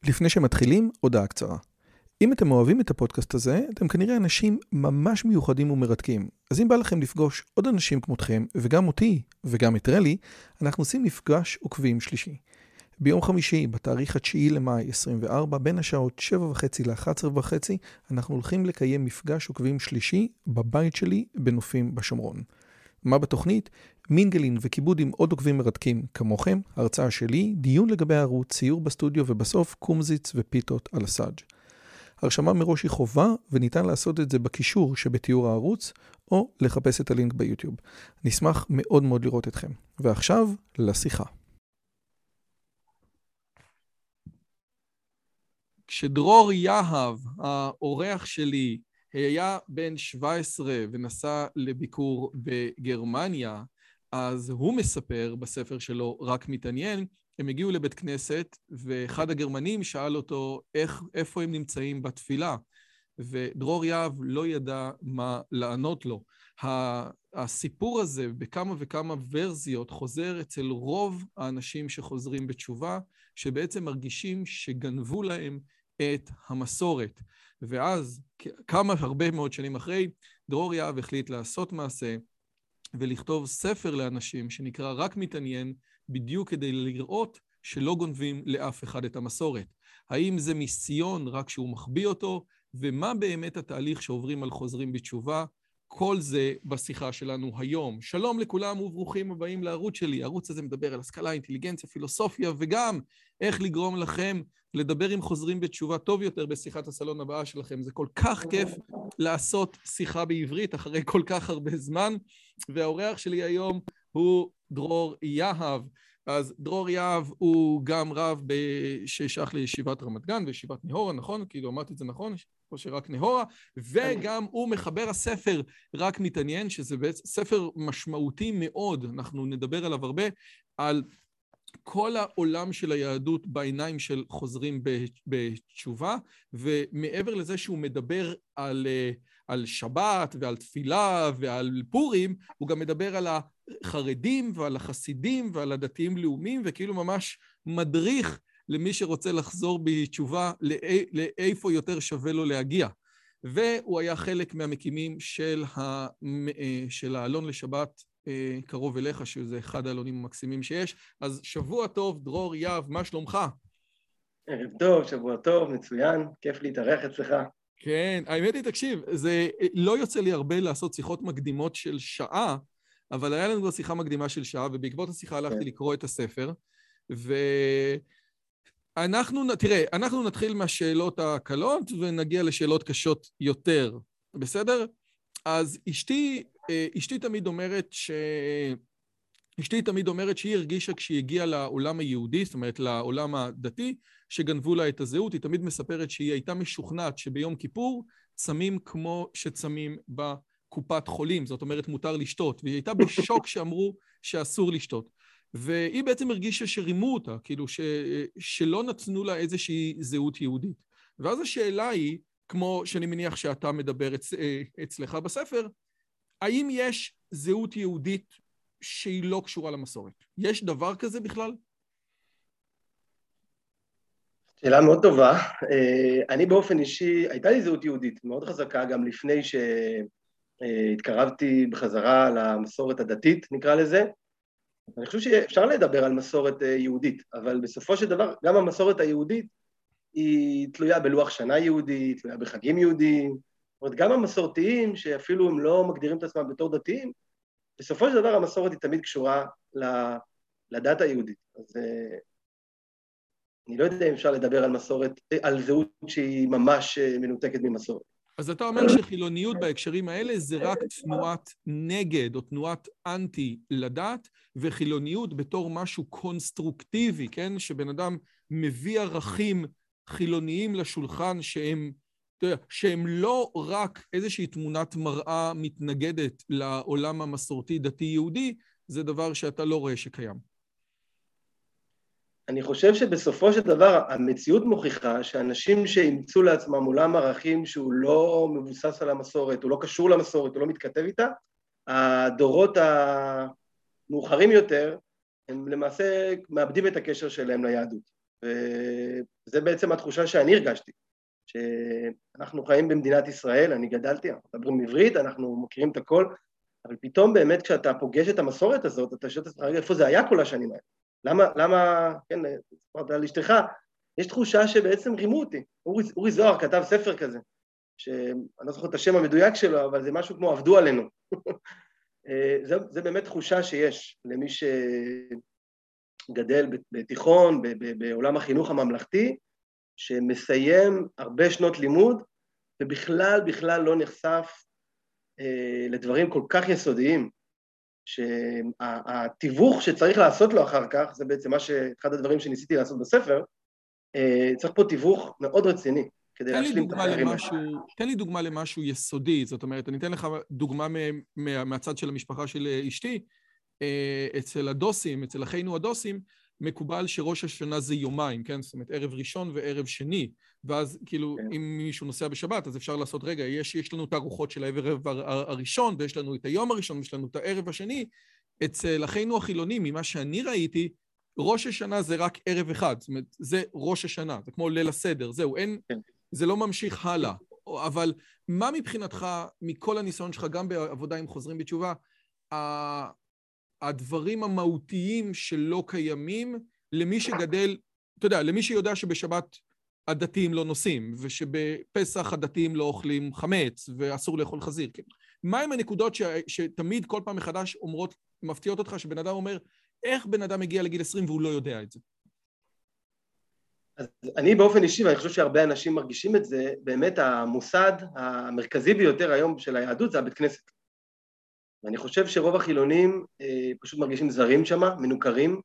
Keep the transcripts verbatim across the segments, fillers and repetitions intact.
לפני שמתחילים, הודעה קצרה. אם אתם אוהבים את הפודקאסט הזה, אתם כנראה אנשים ממש מיוחדים ומרתקים. אז אם בא לכם לפגוש עוד אנשים כמותכם, וגם אותי, וגם את רלי, אנחנו עושים מפגש עוקבים שלישי. ביום חמישי, בתאריך התשיעי למאי עשרים וארבע, בין השעות שבע וחצי ל-אחת עשרה וחצי, אנחנו הולכים לקיים מפגש עוקבים שלישי בבית שלי בנופים בשומרון. מה בתוכנית? מינגלין וכיבוד עם עוד עוקבים מרתקים כמוכם, הרצאה שלי, דיון לגבי הערוץ, ציור בסטודיו ובסוף קומזיץ ופיתות על הסאג'. הרשמה מראש היא חובה וניתן לעשות את זה בקישור שבתיאור הערוץ או לחפש את הלינק ביוטיוב. נשמח מאוד מאוד לראות אתכם. ועכשיו לשיחה. כשדרור יהב, האורח שלי, היה בן שבע עשרה ונסע לביקור בגרמניה, אז הוא מספר בספר שלו רק מתעניין, הם הגיעו לבית כנסת ואחד הגרמנים שאל אותו איך, איפה הם נמצאים בתפילה, ודרור יהב לא ידע מה לענות לו. הסיפור הזה בכמה וכמה ורזיות חוזר אצל רוב האנשים שחוזרים בתשובה, שבעצם מרגישים שגנבו להם את המסורת. ואז כמה הרבה מאוד שנים אחרי, דרור יהב החליט לעשות מעשה ולכתוב ספר לאנשים שנקרא רק מתעניין, בדיוק כדי לראות שלא גונבים לאף אחד את המסורת. האם זה מיסיון רק שהוא מחביא אותו, ומה באמת התהליך שעוברים על חוזרים בתשובה? כל זה בשיחה שלנו היום. שלום לכולם וברוכים הבאים לערוץ שלי. הערוץ הזה מדבר על השכלה, אינטליגנציה, פילוסופיה, וגם איך לגרום לכם לדבר עם חוזרים בתשובה טוב יותר בשיחת הסלון הבאה שלכם. זה כל כך כיף לעשות שיחה בעברית אחרי כל כך הרבה זמן, והאורח שלי היום הוא דרור יהב. אז דרור יהב הוא גם רב ששייך לישיבת רמת גן וישיבת נהורה, נכון? כאילו אמרתי את זה נכון? או שרק נהורה, וגם הוא מחבר הספר רק מתעניין, שזה ספר משמעותי מאוד, אנחנו נדבר עליו הרבה, על כל העולם של היהדות בעיניים של חוזרים בתשובה, ומעבר לזה שהוא מדבר על, על שבת ועל תפילה ועל פורים, הוא גם מדבר על החרדים ועל החסידים ועל הדתיים לאומיים, וכאילו ממש מדריך למי שרוצה לחזור בתשובה לאיפה יותר שווה לו להגיע. והוא היה חלק מהמקימים של, ה, של העלון לשבת קרוב אליך, שזה אחד העלונים המקסימים שיש. אז שבוע טוב, דרור יהב, מה שלומך? ערב טוב, שבוע טוב, מצוין, כיף להתארח אצלך. כן, האמת היא, תקשיב, זה לא יוצא לי הרבה לעשות שיחות מקדימות של שעה, אבל היה לנו שיחה מקדימה של שעה, ובעקבות השיחה הלכתי כן. לקרוא את הספר, ואנחנו, תראה, אנחנו נתחיל מהשאלות הקלות, ונגיע לשאלות קשות יותר, בסדר? אז אשתי, אשתי תמיד אומרת ש... אשתי תמיד אומרת שהיא הרגישה כשהיא הגיעה לעולם היהודי, זאת אומרת לעולם הדתי, שגנבו לה את הזהות. היא תמיד מספרת שהיא הייתה משוכנעת שביום כיפור צמים כמו שצמים בקופת חולים, זאת אומרת מותר לשתות, והיא הייתה בשוק שאמרו שאסור לשתות. והיא בעצם הרגישה שרימו אותה, כאילו ש... שלא נתנו לה איזושהי זהות יהודית. ואז השאלה היא, כמו שאני מניח שאתה מדבר אצ... אצלך בספר, האם יש זהות יהודית שהיא לא קשורה למסורת? יש דבר כזה בכלל? שאלה מאוד טובה. אני באופן אישי, הייתה לי זהות יהודית מאוד חזקה, גם לפני שהתקרבתי בחזרה למסורת הדתית, נקרא לזה. אני חושב שאפשר לדבר על מסורת יהודית, אבל בסופו של דבר, גם המסורת היהודית היא תלויה בלוח שנה יהודי, תלויה בחגים יהודיים, זאת אומרת, גם המסורתיים, שאפילו הם לא מגדירים את עצמם בתור דתיים, בסופו של דבר המסורת היא תמיד קשורה לדת היהודית. אז אני לא יודע אם אפשר לדבר על מסורת, על זהות שהיא ממש מנותקת ממסורת. אז אתה אומר שחילוניות בהקשרים האלה זה רק תנועת נגד או תנועת אנטי לדת, וחילוניות בתור משהו קונסטרוקטיבי, כן? שבן אדם מביא ערכים חילוניים לשולחן שהם, אתה יודע, שהם לא רק איזושהי תמונת מראה מתנגדת לעולם המסורתי דתי יהודי, זה דבר שאתה לא רואה שקיים. אני חושב שבסופו של דבר המציאות מוכיחה שאנשים שימצאו לעצמם עולם ערכים שהוא לא מבוסס על המסורת, הוא לא קשור למסורת, הוא לא מתכתב איתה, הדורות המאוחרים יותר, הם למעשה מאבדים את הקשר שלהם ליהדות. וזה בעצם התחושה שאני הרגשתי, שאנחנו חיים במדינת ישראל, אני גדלתי, אנחנו מדברים עברית, אנחנו מכירים את הכל, אבל פתאום באמת כשאתה פוגש את המסורת הזאת, אתה שואל את עצמך, רגע, איפה זה היה כל השנים האלה? למה, למה, כן, ספרת על אשתך, יש תחושה שבעצם רימו אותי. אורי, אורי זוהר כתב ספר כזה, שאני לא זוכר את השם המדויק שלו, אבל זה משהו כמו עבדו עלינו. זה, זה באמת תחושה שיש למי שגדל בתיכון, בעולם החינוך הממלכתי, שמסיים הרבה שנות לימוד, ובכלל, בכלל לא נחשף לדברים כל כך יסודיים, שהתיווך שצריך לעשות לו אחר כך, זה בעצם מה שאחד הדברים שניסיתי לעשות בספר, צריך פה תיווך מאוד רציני, כדי להשלים את הפערים האלה. תן לי דוגמה למשהו יסודי, זאת אומרת, אני אתן לך דוגמה מהצד של המשפחה של אשתי, אצל הדוסים, אצל אחינו הדוסים, מקובל שראש השנה זה יומיים, כן? זאת אומרת, ערב ראשון וערב שני, ואז כאילו, אם מישהו נוסע בשבת, אז אפשר לעשות, רגע, יש, יש לנו את הארוחות של הערב הראשון, ויש לנו את היום הראשון, ויש לנו את הערב השני. אצל אחינו החילונים, ממה שאני ראיתי, ראש השנה זה רק ערב אחד, זאת אומרת, זה ראש השנה, זה כמו ליל הסדר, זהו, אין, זה לא ממשיך הלאה. אבל מה מבחינתך, מכל הניסיון שלך, גם בעבודה עם חוזרים בתשובה, הדברים המהותיים שלא קיימים, למי שגדל, אתה יודע, למי שיודע שבשבת הדתיים לא נוסעים, ושבפסח הדתיים לא אוכלים חמץ, ואסור לאכול חזיר. מה הם הנקודות ש, שתמיד כל פעם מחדש אומרות, מפתיעות אותך, שבן אדם אומר, איך בן אדם מגיע לגיל עשרים והוא לא יודע את זה? אז אני באופן אישי, ואני חושב שהרבה אנשים מרגישים את זה, באמת המוסד המרכזי ביותר היום של היהדות זה הבית כנסת. ואני חושב שרוב החילונים אה, פשוט מרגישים זרים שם, מנוכרים,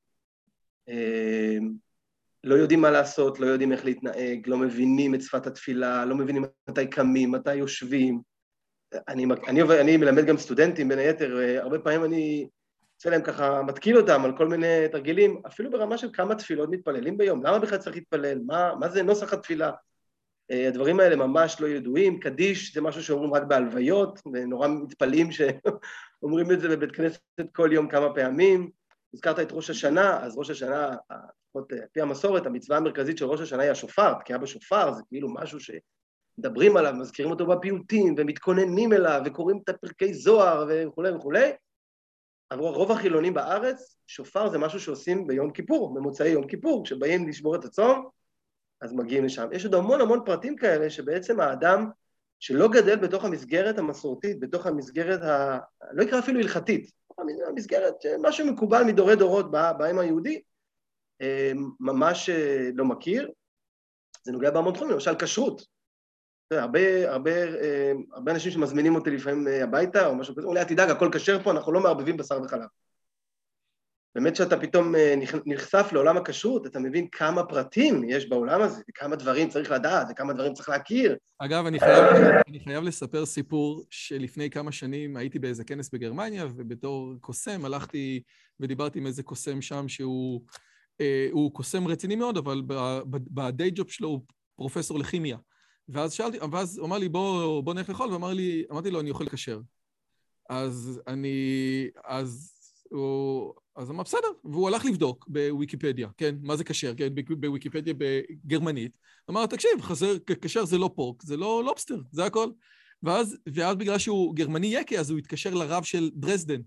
אה, לא יודעים מה לעשות, לא יודעים איך להתנהג, לא מבינים את שפת התפילה, לא מבינים מתי קמים, מתי יושבים. אני, אני, אני מלמד גם סטודנטים, בין היתר, אה, הרבה פעמים אני עושה להם ככה, מתקיל אותם על כל מיני תרגילים, אפילו ברמה של כמה תפילות מתפללים ביום, למה בכלל צריך להתפלל, מה, מה זה נוסח התפילה? הדברים האלה ממש לא ידועים, קדיש זה משהו שאומרים רק בהלוויות, ונורא מתפלאים שאומרים את זה בבית כנסת כל יום כמה פעמים. הזכרת את ראש השנה, אז ראש השנה, לפחות פי המסורת, המצווה המרכזית של ראש השנה היא השופר, תקיעה בשופר, זה כאילו משהו שמדברים עליו, מזכירים אותו בפיוטים, ומתכוננים אליו, וקוראים את הפרקי זוהר וכו' וכו'. אבל רוב החילונים בארץ, שופר זה משהו שעושים ביום כיפור, במוצאי יום כיפור, כשבאים לשבור את הצום, אז מגיעים לשם. יש עוד המון המון פרטים כאלה, שבעצם האדם שלא גדל בתוך המסגרת המסורתית, בתוך המסגרת, ה... לא יקרא אפילו הלכתית, המסגרת, משהו מקובל מדורי דורות בעם היהודי, ממש לא מכיר. זה נוגע בהמון תחומים, למשל כשרות. הרבה, הרבה, הרבה אנשים שמזמינים אותי לפעמים הביתה, או משהו כזה, אולי תדאג, הכל כשר פה, אנחנו לא מערבבים בשר וחלב. באמת שאתה פתאום נחשף לעולם הכשרות, אתה מבין כמה פרטים יש בעולם הזה, וכמה דברים צריך לדעת, וכמה דברים צריך להכיר. אגב, אני חייב, אני חייב לספר סיפור שלפני כמה שנים הייתי באיזה כנס בגרמניה, ובתור קוסם הלכתי ודיברתי עם איזה קוסם שם, שהוא הוא קוסם רציני מאוד, אבל בדיי ג'וב שלו הוא פרופסור לכימיה. ואז שאלתי, ואז הוא אמר לי, בוא, בוא נלך לאכול, ואמר לי, אמרתי לו, אני אוכל כשר. אז אני, אז הוא, אז אמר, בסדר, והוא הלך לבדוק בוויקיפדיה, כן, מה זה כשר, כן, בוויקיפדיה בגרמנית. אמר, תקשיב, חזר, כשר זה לא פורק, זה לא לובסטר, זה הכל. ואז, ואז בגלל שהוא גרמני יקי, אז הוא התקשר לרב של דרזדן,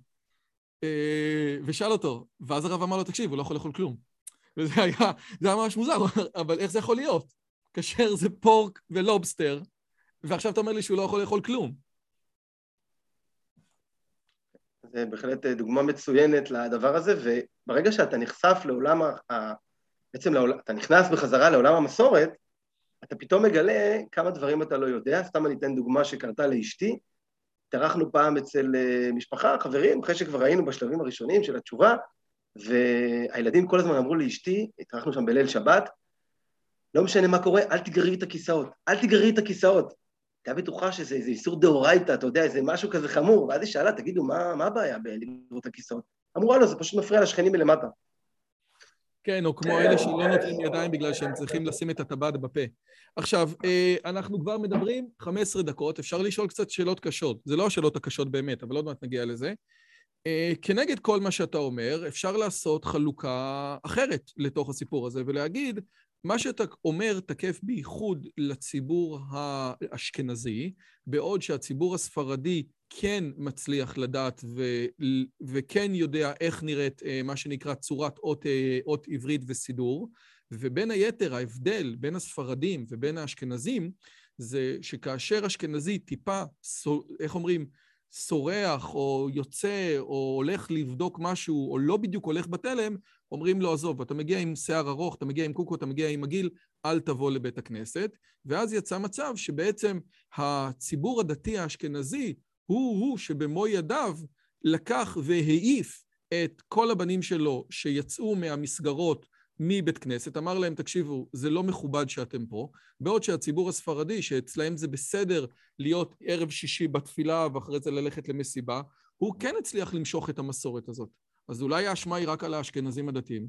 ושאל אותו, ואז הרב אמר לו, תקשיב, הוא לא יכול לאכול כלום. וזה היה, זה היה ממש מוזר, אבל איך זה יכול להיות? כשר זה פורק ולובסטר, ועכשיו אתה אומר לי שהוא לא יכול לאכול כלום. זה בהחלט דוגמה מצוינת לדבר הזה, וברגע שאתה נחשף לעולם, ה... בעצם לעולם, אתה נכנס בחזרה לעולם המסורת, אתה פתאום מגלה כמה דברים אתה לא יודע. סתם אני אתן דוגמה שקרתה לאשתי, התארחנו פעם אצל משפחה, חברים, אחרי שכבר היינו בשלבים הראשונים של התשובה, והילדים כל הזמן אמרו לאשתי, התארחנו שם בליל שבת, לא משנה מה קורה, אל תגררי את הכיסאות, אל תגררי את הכיסאות. הייתה בטוחה שזה איזה איסור דאורייתא, אתה יודע, איזה משהו כזה חמור, ואז היא שאלה, תגידו, מה, מה הבעיה בלגרור את הכיסאות? אמרו, לא, זה פשוט מפריע לשכנים מלמטה. כן, או כמו אלה שלא נותנים ידיים בגלל שהם צריכים לשים את הטבעת בפה. עכשיו, אנחנו כבר מדברים חמש עשרה דקות, אפשר לשאול קצת שאלות קשות. זה לא השאלות הקשות באמת, אבל עוד מעט נגיע לזה. כנגד כל מה שאתה אומר, אפשר לעשות חלוקה אחרת לתוך הסיפור הזה, ולהגיד, מה שאתה אומר תקף בייחוד לציבור האשכנזי, בעוד שהציבור הספרדי כן מצליח לדעת ו- וכן יודע איך נראית מה שנקרא צורת אות, אות עברית וסידור, ובין היתר ההבדל בין הספרדים ובין האשכנזים, זה שכאשר אשכנזי טיפה, איך אומרים, סורח או יוצא או הולך לבדוק משהו או לא בדיוק הולך בתלם, אומרים לו עזוב, אתה מגיע עם שיער ארוך, אתה מגיע עם קוקו, אתה מגיע עם מגיל, אל תבוא לבית הכנסת. ואז יצא מצב שבעצם הציבור הדתי האשכנזי הוא הוא שבמו ידיו לקח והעיף את כל הבנים שלו שיצאו מהמסגרות מבית כנסת, אמר להם, תקשיבו, זה לא מכובד שאתם פה, בעוד שהציבור הספרדי, שאצלהם זה בסדר להיות ערב שישי בתפילה ואחרי זה ללכת למסיבה, הוא כן הצליח למשוך את המסורת הזאת. אז אולי האשמה היא רק על האשכנזים הדתיים.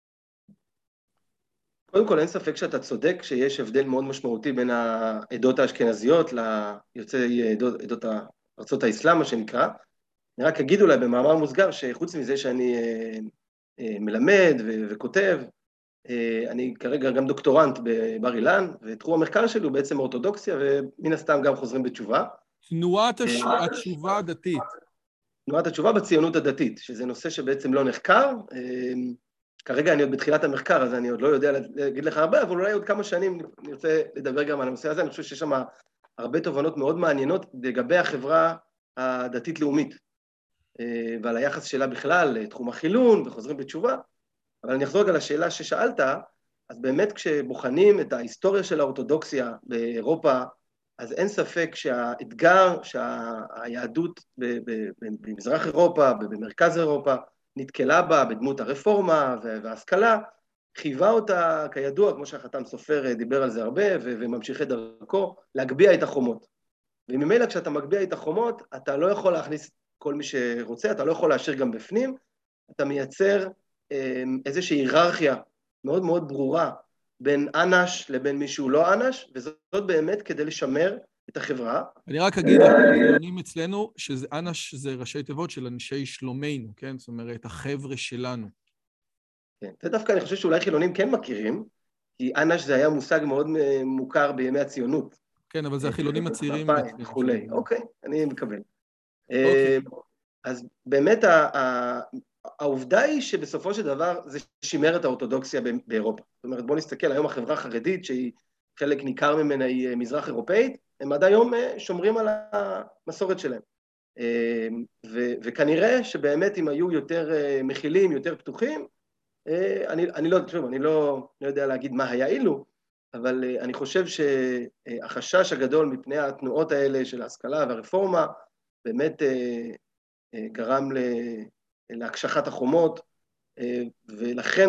קודם כל, אין ספק שאתה צודק שיש הבדל מאוד משמעותי בין העדות האשכנזיות ליוצאי עדות, עדות ארצות האסלאם, מה שנקרא. אני רק אגיד אולי במאמר מוסגר, שחוץ מזה שאני אה, אה, מלמד ו- וכותב, אה, אני כרגע גם דוקטורנט בבר אילן, ותחום המחקר שלי הוא בעצם אורתודוקסיה, ומן הסתם גם חוזרים בתשובה. תנועת הש... התשובה הדתית. תנועת התשובה בציונות הדתית, שזה נושא שבעצם לא נחקר. כרגע אני עוד בתחילת המחקר, אז אני עוד לא יודע להגיד לך הרבה, אבל אולי עוד כמה שנים נרצה לדבר גם על הנושא הזה. אני חושב שיש שם הרבה תובנות מאוד מעניינות לגבי החברה הדתית-לאומית, ועל היחס שלה בכלל לתחום החילון וחוזרים בתשובה. אבל אני אחזור על השאלה ששאלת, אז באמת כשבוחנים את ההיסטוריה של האורתודוקסיה באירופה, אז אין ספק שהאתגר שהיהדות במזרח אירופה, במרכז אירופה, נתקלה בה בדמות הרפורמה וההשכלה, חייבה אותה, כידוע, כמו שהחתם סופר דיבר על זה הרבה, וממשיכי דרכו, להגביה את החומות. וממילא כשאתה מגביה את החומות, אתה לא יכול להכניס כל מי שרוצה, אתה לא יכול להשאיר גם בפנים, אתה מייצר איזושהי היררכיה מאוד מאוד ברורה, בין אנש לבין מישהו לא אנש, וזאת באמת כדי לשמר את החברה. אני רק אגיד לחילונים אצלנו, שאנש זה ראשי תיבות של אנשי שלומנו, כן? זאת אומרת, החבר'ה שלנו. כן, זה דווקא אני חושב שאולי חילונים כן מכירים, כי אנש זה היה מושג מאוד מוכר בימי הציונות. כן, אבל זה החילונים הצעירים. וכולי, אוקיי, אני מקבל. אוקיי. אז באמת העובדה היא שבסופו של דבר זה שימר את האורתודוקסיה באירופה. זאת אומרת, בואו נסתכל, היום החברה החרדית, שהיא חלק ניכר ממנה היא מזרח אירופאית, הם עד היום שומרים על המסורת שלהם. ו- וכנראה שבאמת אם היו יותר מכילים, יותר פתוחים, אני, אני, לא, שוב, אני לא, לא יודע להגיד מה היה אילו, אבל אני חושב שהחשש הגדול מפני התנועות האלה של ההשכלה והרפורמה, באמת גרם להקשחת החומות, ולכן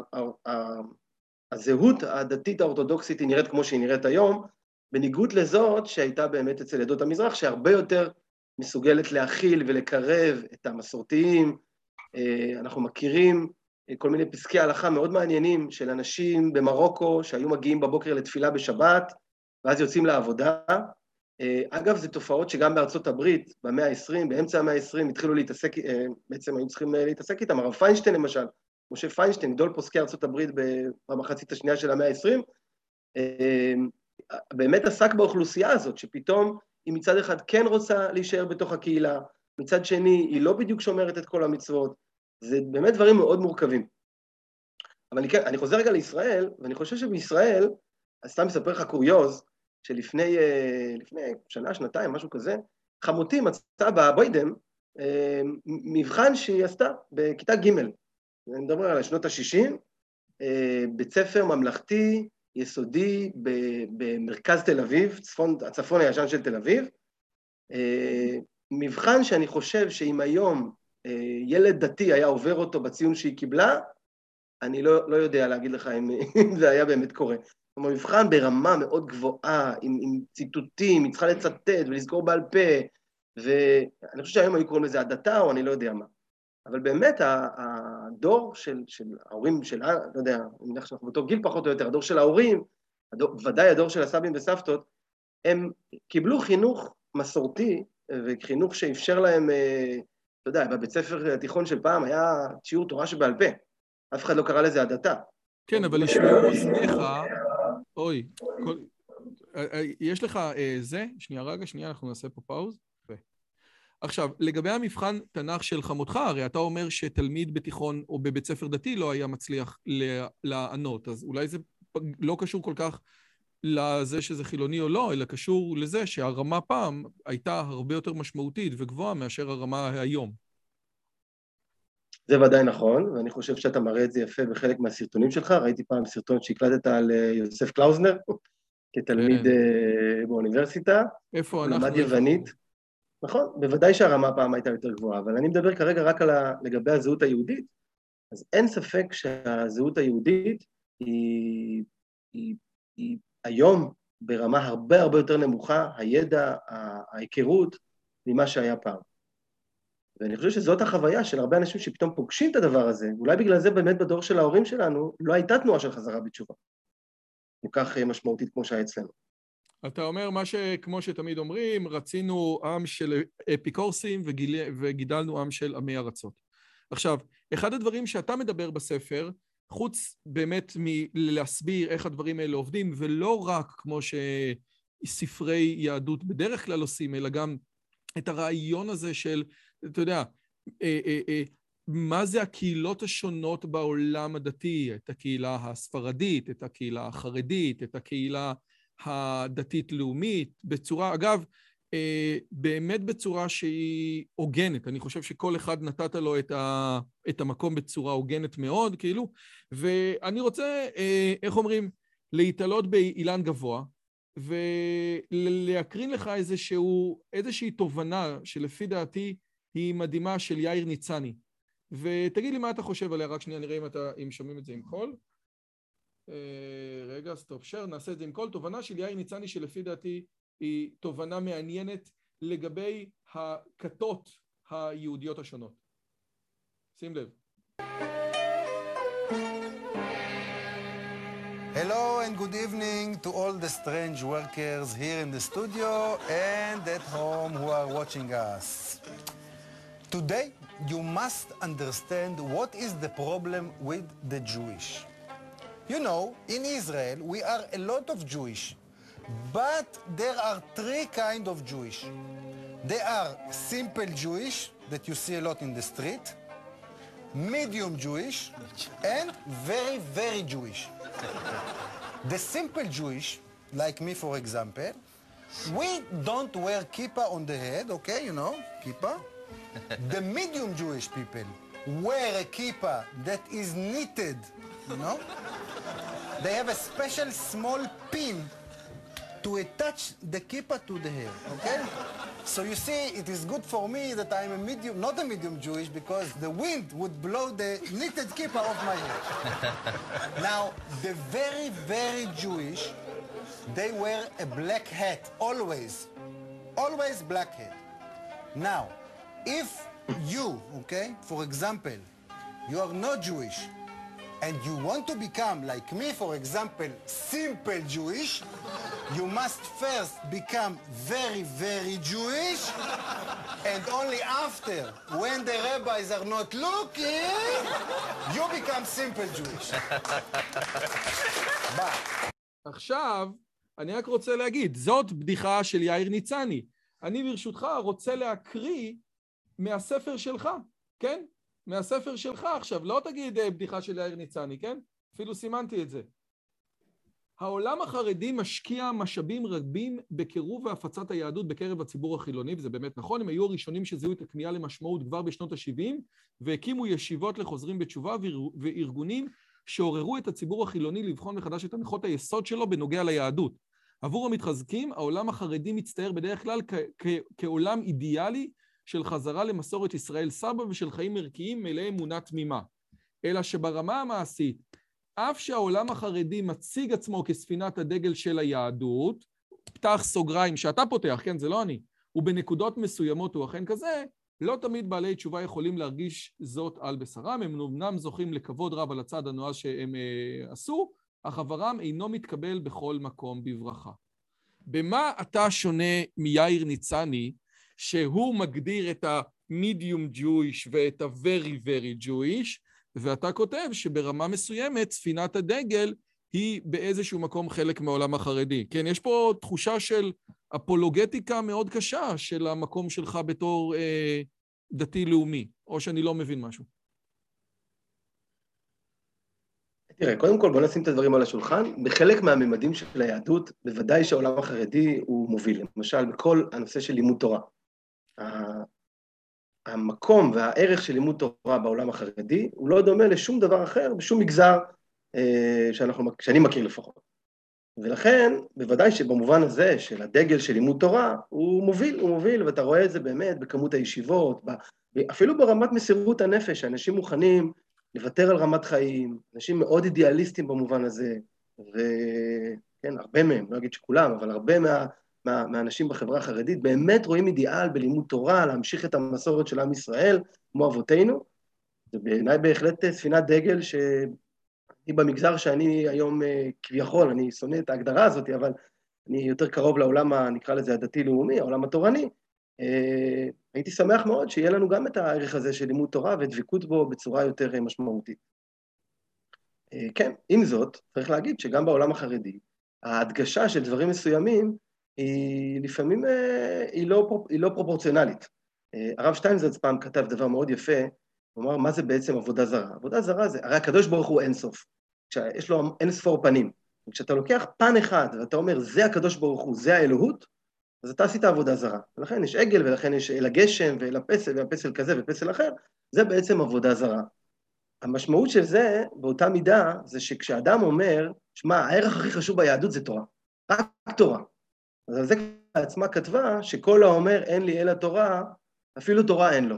הזהות הדתית האורתודוקסית היא נראית כמו שהיא נראית היום, בניגוד לזאת שהייתה באמת אצל עדות המזרח, שהרבה יותר מסוגלת להכיל ולקרב את המסורתיים. אנחנו מכירים כל מיני פסקי הלכה מאוד מעניינים של אנשים במרוקו שהיו מגיעים בבוקר לתפילה בשבת, ואז יוצאים לעבודה. אגב, זה תופעות שגם בארצות הברית, במאה ה-עשרים, באמצע המאה ה-עשרים, התחילו להתעסק, בעצם היו צריכים להתעסק איתם. הרב פיינשטיין למשל, משה פיינשטיין, גדול פוסקי ארצות הברית במחצית השנייה של המאה ה-עשרים, באמת עסק באוכלוסייה הזאת, שפתאום היא מצד אחד כן רוצה להישאר בתוך הקהילה, מצד שני היא לא בדיוק שומרת את כל המצוות, זה באמת דברים מאוד מורכבים. אבל אני, אני חוזר רגע לישראל, ואני חושב שבישראל, אז סתם מספר לך קוריוז, שלפני לפני שנה, שנתיים, משהו כזה, חמותי מצאה בבוידם מבחן שהיא עשתה בכיתה ג', אני מדבר על שנות ה-שישים, בית ספר ממלכתי, יסודי, במרכז תל אביב, צפון, הצפון הישן של תל אביב, מבחן שאני חושב שאם היום ילד דתי היה עובר אותו בציון שהיא קיבלה, אני לא, לא יודע להגיד לך אם, אם זה היה באמת קורה. כלומר, מבחן ברמה מאוד גבוהה, עם, עם ציטוטים, היא צריכה לצטט ולזכור בעל פה, ואני חושב שהיום היו קוראים לזה הדתה, או אני לא יודע מה. אבל באמת, הדור של, של ההורים של, לא יודע, אני מניח שאנחנו באותו גיל פחות או יותר, הדור של ההורים, הדור, ודאי הדור של הסבים וסבתות, הם קיבלו חינוך מסורתי, וחינוך שאפשר להם אתה יודע, בבית ספר התיכון של פעם היה שיעור תורה שבעל פה. אף אחד לא קרא לזה הדתה. כן, אבל ישמעו אוזניך, אוי, כל... יש לך זה? שנייה רגע, שנייה, אנחנו נעשה פה פאוז. עכשיו, לגבי המבחן תנ"ך של חמותך, הרי אתה אומר שתלמיד בתיכון או בבית ספר דתי לא היה מצליח לענות, אז אולי זה לא קשור כל כך לזה שזה חילוני או לא, אלא קשור לזה שהרמה פעם הייתה הרבה יותר משמעותית וגבוהה מאשר הרמה היום. זה ודאי נכון, ואני חושב שאתה מראה את זה יפה בחלק מהסרטונים שלך. ראיתי פעם סרטון שהקלטת על יוסף קלאוזנר, כתלמיד כן. באוניברסיטה. איפה אנחנו? למד יוונית. נכון, בוודאי שהרמה פעם הייתה יותר גבוהה, אבל אני מדבר כרגע רק על ה... לגבי הזהות היהודית. אז אין ספק שהזהות היהודית היא, היא, היא היום ברמה הרבה הרבה יותר נמוכה, הידע, ההיכרות, ממה שהיה פעם. ואני חושב שזאת החוויה של הרבה אנשים שפתאום פוגשים את הדבר הזה, אולי בגלל זה באמת בדור של ההורים שלנו לא הייתה תנועה של חזרה בתשובה. כל כך משמעותית כמו שהיה אצלנו. אתה אומר מה שכמו שתמיד אומרים, רצינו עם של אפיקורסים וגיל... וגידלנו עם של עמי ארצות. עכשיו, אחד הדברים שאתה מדבר בספר, חוץ באמת מלהסביר איך הדברים האלה עובדים, ולא רק כמו שספרי יהדות בדרך כלל עושים, אלא גם את הרעיון הזה של, אתה יודע, אה, אה, אה, מה זה הקהילות השונות בעולם הדתי, את הקהילה הספרדית, את הקהילה החרדית, את הקהילה הדתית-לאומית, בצורה, אגב, באמת בצורה שהיא הוגנת. אני חושב שכל אחד נתת לו את, ה, את המקום בצורה הוגנת מאוד, כאילו, ואני רוצה, איך אומרים, להתעלות באילן גבוה, ולהקרין לך איזשהו, איזושהי תובנה שלפי דעתי היא מדהימה של יאיר ניצני. ותגיד לי מה אתה חושב עליה, רק שנייה נראה אם, אתה, אם שומעים את זה עם קול. רגע, סטופ שר, נעשה את זה עם קול. תובנה של יאיר ניצני שלפי דעתי היא תובנה מעניינת לגבי הכתות היהודיות השונות. שים לב. Hello and good evening to all the strange workers here in the studio and at home who are watching us. Today you must understand what is the problem with the Jewish. You know, in Israel we are a lot of Jewish, but there are three kinds of Jewish. They are simple Jewish that you see a lot in the street, medium Jewish, and very, very Jewish. The simple Jewish, like me for example, we don't wear kippah on the head, okay, you know, kippah. The medium Jewish people wear a kippah that is knitted, you know. They have a special small pin to attach the kippah to the hair, okay? So you see, it is good for me that I'm a medium, not a medium Jewish, because the wind would blow the knitted kippah off my hair. Now, the very, very Jewish, they wear a black hat, always. Always black hat. Now, if you, okay, for example, you are not Jewish, and you want to become, like me, for example, simple Jewish, you must first become very, very Jewish, and only after, when the rabbis are not looking, you become simple Jewish. Bye. עכשיו, אני רק רוצה להגיד, זאת בדיחה של יאיר ניצני. אני ברשותך רוצה להקריא מהספר שלך, כן? מהספר שלך עכשיו, לא תגיד בדיחה של יאיר ניצני, כן? אפילו סימנתי את זה. העולם החרדי משקיע משאבים רבים בקירוב והפצת היהדות בקרב הציבור החילוני, וזה באמת נכון, הם היו הראשונים שזיהו את הכניעה למשמעות כבר בשנות ה-שבעים, והקימו ישיבות לחוזרים בתשובה וארגונים שעוררו את הציבור החילוני לבחון מחדש את הנחות היסוד שלו בנוגע ליהדות. עבור המתחזקים, העולם החרדי מצטייר בדרך כלל כ- כ- כעולם אידיאלי, של חזרה למסורת ישראל סבא ושל חיים ערכיים מלאי אמונה תמימה. אלא שברמה המעשית, אף שהעולם החרדי מציג עצמו כספינת הדגל של היהדות, פתח סוגריים שאתה פותח, כן, זה לא אני, ובנקודות מסוימות הוא אכן כזה, לא תמיד בעלי תשובה יכולים להרגיש זאת על בשרם, הם אמנם זוכים לכבוד רב על הצד הנועז שהם אה, עשו, אך עברם אינו מתקבל בכל מקום בברכה. במה אתה שונה מיאיר ניצני, שהוא מגדיר את medium Jewish ואת ה-very very Jewish, ואתה כותב שברמה מסוימת ספינת הדגל היא באיזשהו מקום חלק מהעולם החרדי. כן, יש פה תחושה של אפולוגטיקה מאוד קשה של המקום שלך בתור אה, דתי-לאומי, או שאני לא מבין משהו. תראה, קודם כל בוא נשים את הדברים על השולחן. בחלק מהממדים של היהדות, בוודאי שהעולם החרדי הוא מוביל. למשל, בכל הנושא של לימוד תורה. המקום והערך של לימוד תורה בעולם החרדי, הוא לא דומה לשום דבר אחר, בשום מגזר שאנחנו, שאני מכיר לפחות. ולכן, בוודאי שבמובן הזה של הדגל של לימוד תורה, הוא מוביל, הוא מוביל, ואתה רואה את זה באמת בכמות הישיבות, אפילו ברמת מסירות הנפש, אנשים מוכנים לוותר על רמת חיים, אנשים מאוד אידיאליסטים במובן הזה, וכן, הרבה מהם, לא אגיד שכולם, אבל הרבה מה, מה, מהאנשים בחברה החרדית באמת רואים אידיאל בלימוד תורה, להמשיך את המסורת של עם ישראל, כמו אבותינו. זה בעיניי בהחלט ספינת דגל שאני במגזר שאני היום כביכול, אני שונא את ההגדרה הזאת, אבל אני יותר קרוב לעולם, נקרא לזה הדתי-לאומי, העולם התורני, הייתי שמח מאוד שיהיה לנו גם את הערך הזה של לימוד תורה ודבקות בו בצורה יותר משמעותית. כן, עם זאת, צריך להגיד שגם בעולם החרדי, ההדגשה של דברים מסוימים היא לפעמים היא לא, היא לא פרופורציונלית. הרב שטיינזלץ פעם כתב דבר מאוד יפה, הוא אמר, מה זה בעצם עבודה זרה? עבודה זרה זה, הרי הקדוש ברוך הוא אין סוף, יש לו אין ספור פנים. וכשאתה לוקח פן אחד ואתה אומר, זה הקדוש ברוך הוא, זה האלוהות, אז אתה עשית עבודה זרה. ולכן יש עגל, ולכן יש אל הגשם, ואל הפסל, והפסל כזה, ופסל אחר, זה בעצם עבודה זרה. המשמעות של זה, באותה מידה, זה שכשאדם אומר, שמע, הערך הכי חשוב ביהדות זה תורה. רק תורה. אז על זה עצמה כתבה, שכל האומר, אין לי אלא תורה, אפילו תורה אין לו.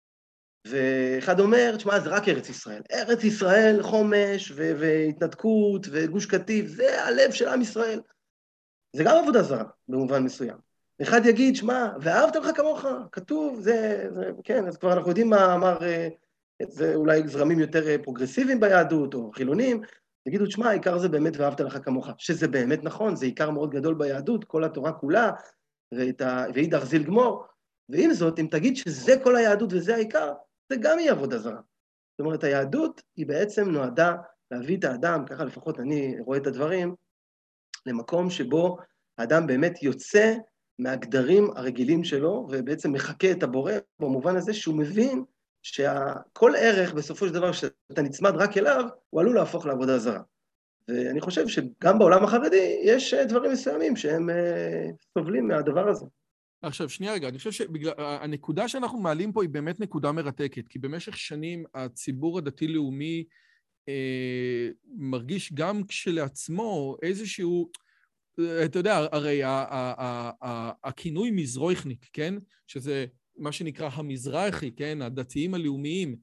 ואחד אומר, שמע, זה רק ארץ ישראל. ארץ ישראל, חומש, ו- והתנתקות, וגוש קטיף, זה הלב של עם ישראל. זה גם עבודה זרה, במובן מסוים. אחד יגיד, שמע, ואהבת לך כמוך, כתוב, זה, זה, כן, אז כבר אנחנו יודעים מה אמר, זה אולי זרמים יותר פרוגרסיביים ביהדות, או חילונים, תגידו, שמע, העיקר זה באמת ואהבת לך כמוך, שזה באמת נכון, זה עיקר מאוד גדול ביהדות, כל התורה כולה, ואידך זיל גמור, ועם זאת, אם תגיד שזה כל היהדות וזה העיקר, זה גם יהיה עבודה זרה. זאת אומרת, היהדות היא בעצם נועדה להביא את האדם, ככה לפחות אני רואה את הדברים, למקום שבו האדם באמת יוצא מהגדרים הרגילים שלו, ובעצם מחכה את הבורא, במובן הזה שהוא מבין שכל ערך בסופו של דבר שאתה נצמד רק אליו, הוא עלול להפוך לעבודה זרה. ואני חושב שגם בעולם החרדי יש דברים מסוימים שהם סובלים מהדבר הזה. עכשיו, שנייה רגע, אני חושב שהנקודה שאנחנו מעלים פה היא באמת נקודה מרתקת, כי במשך שנים הציבור הדתי-לאומי אה, מרגיש גם כשלעצמו איזשהו, אתה יודע, הרי הכינוי מזרויכניק, כן? שזה מה שנקרא המזרחי, כן? הדתיים הלאומיים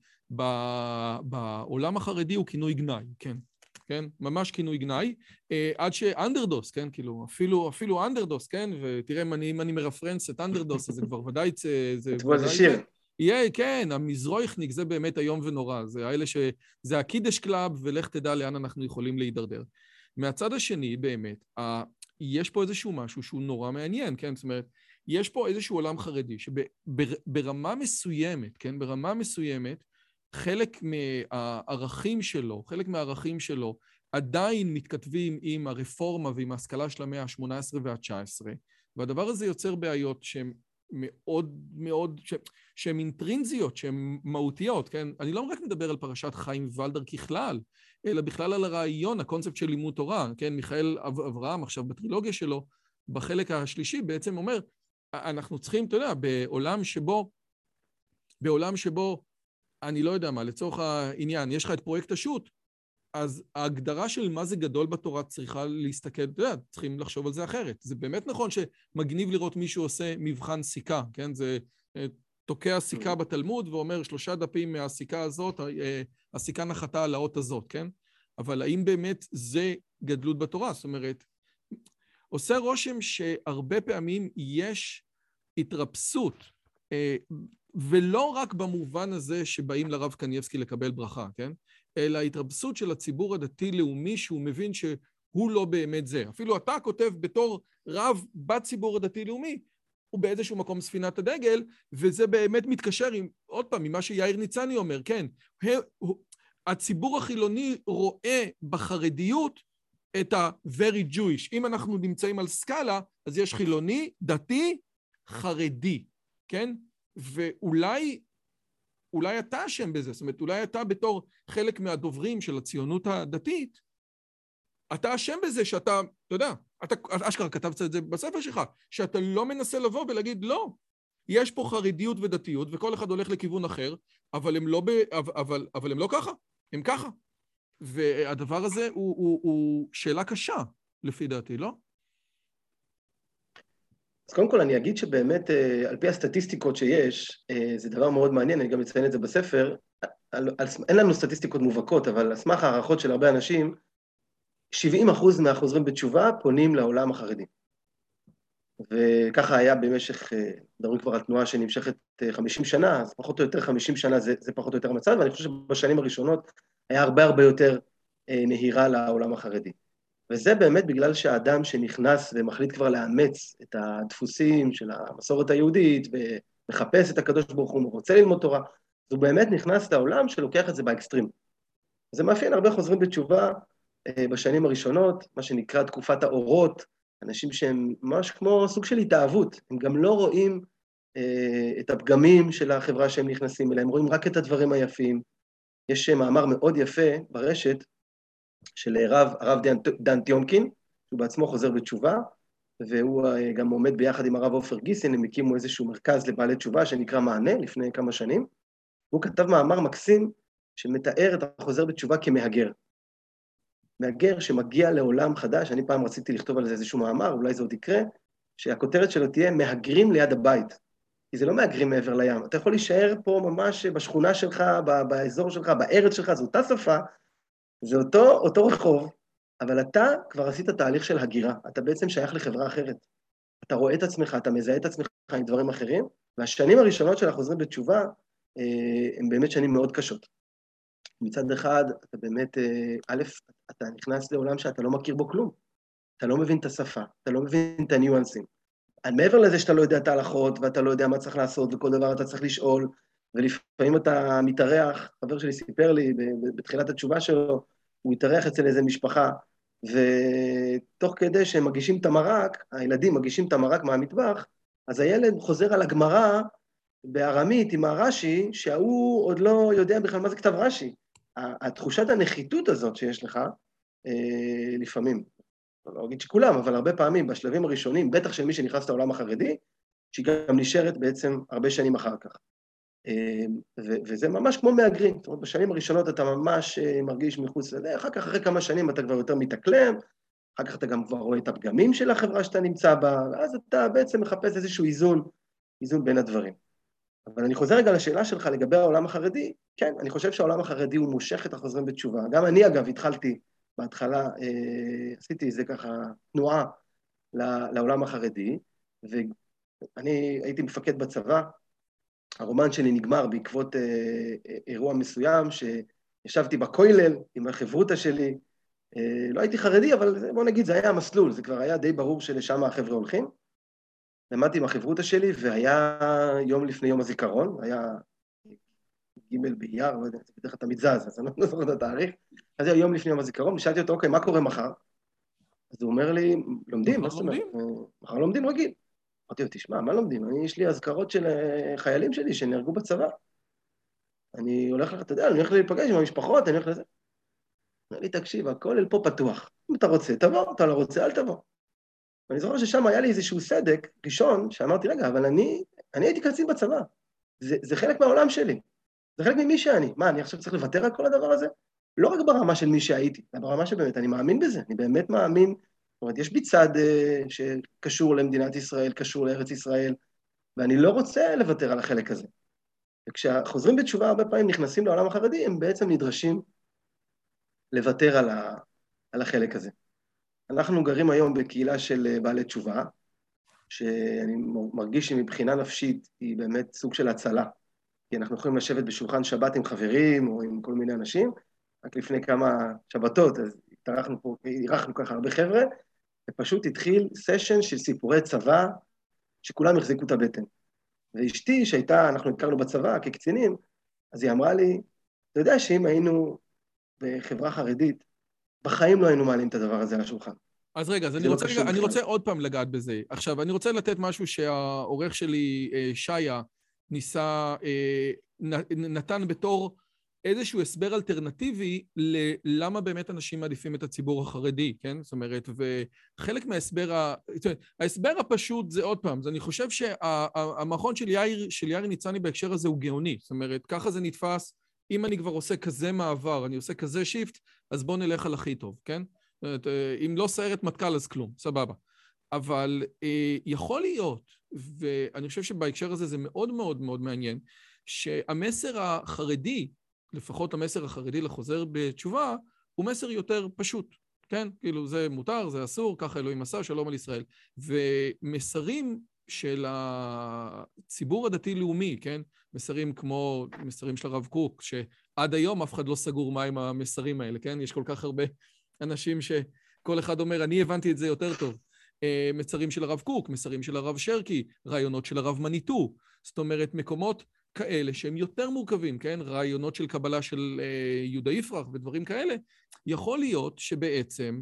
בעולם החרדי הוא כינוי גנאי, כן? כן? ממש כינוי גנאי, עד שאנדרדוס, כן? כאילו, אפילו, אפילו אנדרדוס, כן? ותראה, אם אני, אם אני מרפרנס את אנדרדוס, אז זה כבר ודאי, זה ודאי שיר. יהיה, כן, המזרויכניק זה באמת היום ונורא, זה האלה ש... זה הקידש קלאב, ולך תדע לאן אנחנו יכולים להידרדר. מהצד השני, באמת, ה... יש פה איזשהו משהו שהוא נורא מעניין, כן? זאת אומרת, יש פה איזשהו עולם חרדי, שברמה מסוימת, כן? ברמה מסוימת, חלק מהערכים שלו, חלק מהערכים שלו, עדיין מתכתבים עם הרפורמה ועם ההשכלה של המאה ה-שמונה עשרה וה-תשע עשרה, והדבר הזה יוצר בעיות שהן מאוד מאוד, שהן אינטרינזיות, שהן מהותיות, כן? אני לא רק מדבר על פרשת חיים ולדר ככלל, אלא בכלל על הרעיון, הקונספט של לימוד תורה, כן? מיכאל אברהם עכשיו בטרילוגיה שלו, בחלק השלישי בעצם אומר, אנחנו צריכים, אתה יודע, בעולם שבו, בעולם שבו, אני לא יודע מה, לצורך העניין, יש לך את פרויקט השו"ת, אז ההגדרה של מה זה גדול בתורה צריכה להסתכל, אתה יודע, צריכים לחשוב על זה אחרת. זה באמת נכון שמגניב לראות מישהו עושה מבחן סיכה, כן? זה תוקע סיכה בתלמוד ואומר שלושה דפים מהסיכה הזאת, הסיכה נחתה על האות הזאת, כן? אבל האם באמת זה גדלות בתורה? זאת אומרת, עושה רושם שהרבה פעמים יש התרפסות, ולא רק במובן הזה שבאים לרב קניבסקי לקבל ברכה, כן? אלא התרפסות של הציבור הדתי-לאומי שהוא מבין שהוא לא באמת זה. אפילו אתה כותב בתור רב בציבור הדתי-לאומי, הוא באיזשהו מקום ספינת הדגל, וזה באמת מתקשר עם, עוד פעם, ממה שיאיר ניצני אומר, כן, הציבור החילוני רואה בחרדיות את ה-very Jewish. אם אנחנו נמצאים על סקאלה, אז יש חילוני, דתי, חרדי, כן? ואולי, אולי אתה אשם בזה, זאת אומרת, אולי אתה בתור חלק מהדוברים של הציונות הדתית, אתה אשם בזה שאתה, אתה יודע, אתה אשכרה כתבת את זה בספר שלך, שאתה לא מנסה לבוא ולהגיד, לא, יש פה חרדיות ודתיות, וכל אחד הולך לכיוון אחר, אבל הם לא, ב, אבל, אבל הם לא ככה, הם ככה. והדבר הזה הוא, הוא, הוא שאלה קשה, לפי דעתי, לא? אז קודם כל אני אגיד שבאמת, על פי הסטטיסטיקות שיש, זה דבר מאוד מעניין, אני גם אציין את זה בספר, על, על, אין לנו סטטיסטיקות מובהקות, אבל על סמך הערכות של הרבה אנשים, שבעים אחוז מהחוזרים בתשובה פונים לעולם החרדי. וככה היה במשך, מדברים כבר על תנועה שנמשכת חמישים שנה, אז פחות או יותר חמישים שנה זה, זה פחות או יותר המצב, ואני חושב שבשנים הראשונות היה הרבה הרבה יותר נהירה לעולם החרדי. וזה באמת בגלל שהאדם שנכנס ומחליט כבר לאמץ את הדפוסים של המסורת היהודית, ומחפש את הקדוש ברוך הוא, רוצה ללמוד תורה, אז הוא באמת נכנס לעולם שלוקח את זה באקסטרים. זה מאפיין הרבה חוזרים בתשובה בשנים הראשונות, מה שנקרא תקופת האורות, אנשים שהם ממש כמו סוג של התאהבות, הם גם לא רואים אה, את הפגמים של החברה שהם נכנסים אליה, הם רואים רק את הדברים היפים. יש מאמר מאוד יפה ברשת של הרב, הרב דן, דן טיומקין, שהוא בעצמו חוזר בתשובה, והוא אה, גם עומד ביחד עם הרב עופר גיסין, הם הקימו איזשהו מרכז לבעלי תשובה שנקרא מענה לפני כמה שנים, והוא כתב מאמר מקסים שמתאר את החוזר בתשובה כמהגר. מהגר שמגיע לעולם חדש, אני פעם רציתי לכתוב על זה איזשהו מאמר, אולי זה עוד יקרה, שהכותרת שלו תהיה מהגרים ליד הבית. כי זה לא מהגרים מעבר לים. אתה יכול להישאר פה ממש בשכונה שלך, באזור שלך, בארץ שלך, זו אותה שפה, זה אותו, אותו רחוב, אבל אתה כבר עשית תהליך של הגירה. אתה בעצם שייך לחברה אחרת. אתה רואה את עצמך, אתה מזהה את עצמך עם דברים אחרים, והשנים הראשונות של החוזרים בתשובה, הן באמת שנים מאוד קשות. מצד אחד, אתה באמת, א', אתה נכנס לעולם שאתה לא מכיר בו כלום. אתה לא מבין את השפה, אתה לא מבין את הניואנסים. מעבר לזה שאתה לא יודע את ההלכות, ואתה לא יודע מה צריך לעשות, וכל דבר אתה צריך לשאול, ולפעמים אתה מתארח, חבר שלי סיפר לי בתחילת התשובה שלו, הוא התארח אצל איזו משפחה, ותוך כדי שהם מגישים את המרק, הילדים מגישים את המרק מהמטבח, אז הילד חוזר על הגמרא בארמית עם הרש"י, שההוא עוד לא יודע בכלל מה זה כתב רש"י. התחושת הנחיתות הזאת שיש לך, לפעמים, לא אגיד שכולם, אבל הרבה פעמים, בשלבים הראשונים, בטח של מי שנכנס לעולם החרדי, שהיא גם נשארת בעצם הרבה שנים אחר כך. וזה ממש כמו מהגרים, זאת אומרת, בשנים הראשונות אתה ממש מרגיש מחוץ לזה, אחר כך, אחרי כמה שנים אתה כבר יותר מתאקלם, אחר כך אתה גם כבר רואה את הפגמים של החברה שאתה נמצא בה, ואז אתה בעצם מחפש איזשהו איזון, איזון בין הדברים. אבל אני חוזר רגע לשאלה שלך לגבי העולם החרדי, כן, אני חושב שהעולם החרדי הוא מושך את החוזרים בתשובה. גם אני, אגב, התחלתי בהתחלה, אה, עשיתי איזה ככה תנועה לעולם החרדי, ואני הייתי מפקד בצבא, הרומן שלי נגמר בעקבות אה, אירוע מסוים, שישבתי בכולל עם החברותא שלי, אה, לא הייתי חרדי, אבל בוא נגיד, זה היה המסלול, זה כבר היה די ברור שלשם החבר'ה הולכים, למדתי עם החברותא שלי, והיה יום לפני יום הזיכרון, היה ג' באייר, לא יודע, זה בדרך כלל תמיד זז, אז אני לא זוכר את התאריך, אז היה יום לפני יום הזיכרון, ושאלתי אותו, אוקיי, מה קורה מחר? אז הוא אומר לי, לומדים, מה זאת אומרת? מחר לומדים רגיל. אמרתי לו, תשמע, מה לומדים? אני, יש לי הזכרות של חיילים שלי שנהרגו בצבא. אני הולך לך, אתה יודע, אני הולך להיפגש עם המשפחות, אני הולך לזה. אמר לי, תקשיב, הכולל פה פתוח. אם אתה רוצה, תבוא, אתה לא רוצה, אל תבוא. ואני זוכר ששם היה לי איזשהו סדק ראשון, שאמרתי, רגע, אבל אני, אני הייתי קצין בצבא. זה, זה חלק מהעולם שלי. זה חלק ממי שאני. מה, אני עכשיו צריך לוותר על כל הדבר הזה? לא רק ברמה של מי שהייתי, אלא ברמה שבאמת אני מאמין בזה. אני באמת מאמין, זאת אומרת, יש בי צד uh, שקשור למדינת ישראל, קשור לארץ ישראל, ואני לא רוצה לוותר על החלק הזה. וכשחוזרים בתשובה הרבה פעמים נכנסים לעולם החרדי, הם בעצם נדרשים לוותר על, ה, על החלק הזה. אנחנו גרים היום בקהילה של בעלי תשובה, שאני מרגיש שמבחינה נפשית היא באמת סוג של הצלה, כי אנחנו יכולים לשבת בשולחן שבת עם חברים או עם כל מיני אנשים, רק לפני כמה שבתות, אז התארחנו פה, אירחנו ככה הרבה חבר'ה, ופשוט התחיל סשן של סיפורי צבא, שכולם החזיקו את הבטן. ואשתי, שהייתה, אנחנו הכרנו בצבא כקצינים, אז היא אמרה לי, אתה יודע שאם היינו בחברה חרדית, בחיים לא היינו מעלים את הדבר הזה על השולחן. אז רגע, אז אני, לא רוצה, רגע, אני בכלל. רוצה עוד פעם לגעת בזה. עכשיו, אני רוצה לתת משהו שהעורך שלי, שיה, ניסה, נתן בתור איזשהו הסבר אלטרנטיבי ללמה באמת אנשים מעדיפים את הציבור החרדי, כן? זאת אומרת, וחלק מההסבר, ה... ההסבר הפשוט זה עוד פעם, אני חושב שהמכון של יאיר, של יאיר ניצני בהקשר הזה הוא גאוני, זאת אומרת, ככה זה נתפס, אם אני כבר עושה כזה מעבר, אני עושה כזה שיפט, אז בוא נלך על הכי טוב, כן? אם לא סיירת מטכ"ל אז כלום, סבבה. אבל אה, יכול להיות, ואני חושב שבהקשר הזה זה מאוד מאוד מאוד מעניין, שהמסר החרדי, לפחות המסר החרדי לחוזר בתשובה, הוא מסר יותר פשוט, כן? כאילו זה מותר, זה אסור, ככה אלוהים עשה, שלום על ישראל. ומסרים של הציבור הדתי-לאומי, כן? מסרים כמו מסרים של הרב קוק, שעד היום אף אחד לא סגור מה עם המסרים האלה, כן? יש כל כך הרבה אנשים שכל אחד אומר, אני הבנתי את זה יותר טוב. מסרים של הרב קוק, מסרים של הרב שרקי, רעיונות של הרב מניטו, זאת אומרת, מקומות כאלה שהם יותר מורכבים, כן? רעיונות של קבלה של יהודה יפרח ודברים כאלה, יכול להיות שבעצם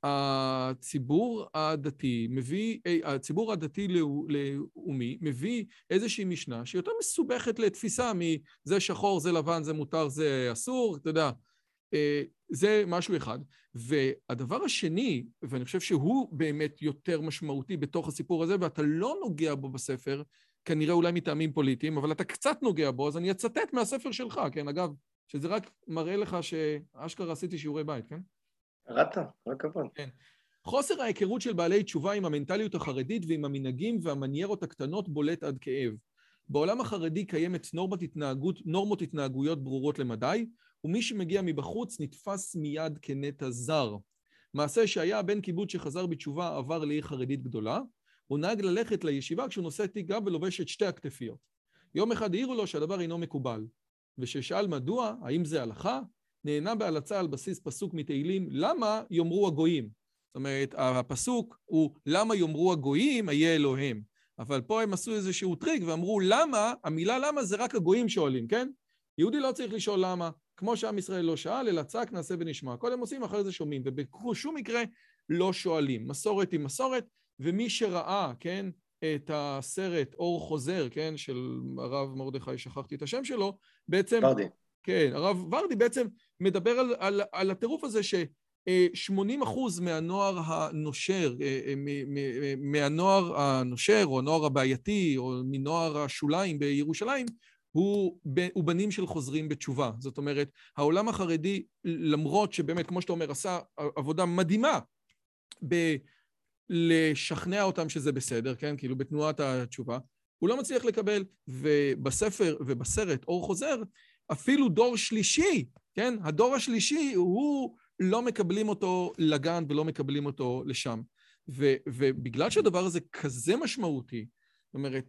הציבור הדתי מביא, הציבור הדתי-לאומי מביא איזושהי משנה שיותר מסובכת לתפיסה מזה שחור, זה לבן, זה מותר, זה אסור, אתה יודע, זה משהו אחד. והדבר השני, ואני חושב שהוא באמת יותר משמעותי בתוך הסיפור הזה, ואתה לא נוגע בו בספר, כנראה אולי מטעמים פוליטיים, אבל אתה קצת נוגע בו, אז אני אצטט מהספר שלך, כן? אגב, שזה רק מראה לך שאשכרה עשיתי שיעורי בית, כן? קראת, רק כבוד. כן. חוסר ההיכרות של בעלי תשובה עם המנטליות החרדית ועם המנהגים והמניירות הקטנות בולט עד כאב. בעולם החרדי קיימת נורמות התנהגות, נורמות התנהגויות ברורות למדי, ומי שמגיע מבחוץ נתפס מיד כנטע זר. מעשה שהיה בן קיבוץ שחזר בתשובה עבר לעיר חרדית גדולה, הוא נהג ללכת לישיבה כשהוא נושא תיק גב ולובש את שתי הכתפיות. יום אחד העירו לו שהדבר אינו מקובל, וששאל מדוע, האם זה הלכה, נהנה בהלצה על בסיס פסוק מתהילים, למה יאמרו הגויים? זאת אומרת, הפסוק הוא למה יאמרו הגויים, היה אלוהם. אבל פה הם עשו איזשהו טריק ואמרו למה, המילה למה זה רק הגויים שואלים, כן? יהודי לא צריך לשאול למה, כמו שעם ישראל לא שאל, אלא צעק נעשה ונשמע. קודם עושים, אחרי זה שומעים, ובשום מקרה לא שואלים. מסורת היא מסורת, ומי שראה, כן, את הסרט אור חוזר, כן, של הרב מרדכי, שכחתי את השם שלו, בעצם... ורדי. כן, הרב ורדי בעצם מדבר על, על, על הטירוף הזה ש-שמונים אחוז מהנוער הנושר, מהנוער הנושר, או הנוער הבעייתי, או מנוער השוליים בירושלים, הוא, הוא בנים של חוזרים בתשובה. זאת אומרת, העולם החרדי, למרות שבאמת, כמו שאתה אומר, עשה עבודה מדהימה ב... לשכנע אותם שזה בסדר, כן? כאילו בתנועת התשובה, הוא לא מצליח לקבל, ובספר ובסרט אור חוזר, אפילו דור שלישי, כן? הדור השלישי, הוא לא מקבלים אותו לגן ולא מקבלים אותו לשם. ו, ובגלל שהדבר הזה כזה משמעותי, זאת אומרת,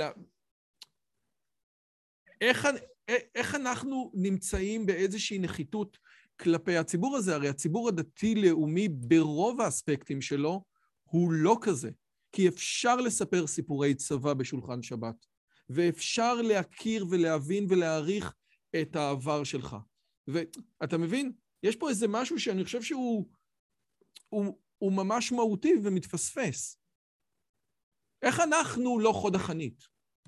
איך, איך אנחנו נמצאים באיזושהי נחיתות כלפי הציבור הזה? הרי הציבור הדתי-לאומי ברוב האספקטים שלו, הוא לא כזה, כי אפשר לספר סיפורי צבא בשולחן שבת, ואפשר להכיר ולהבין ולהעריך את העבר שלך. ואתה מבין? יש פה איזה משהו שאני חושב שהוא הוא, הוא ממש מהותי ומתפספס. איך אנחנו לא חוד החנית?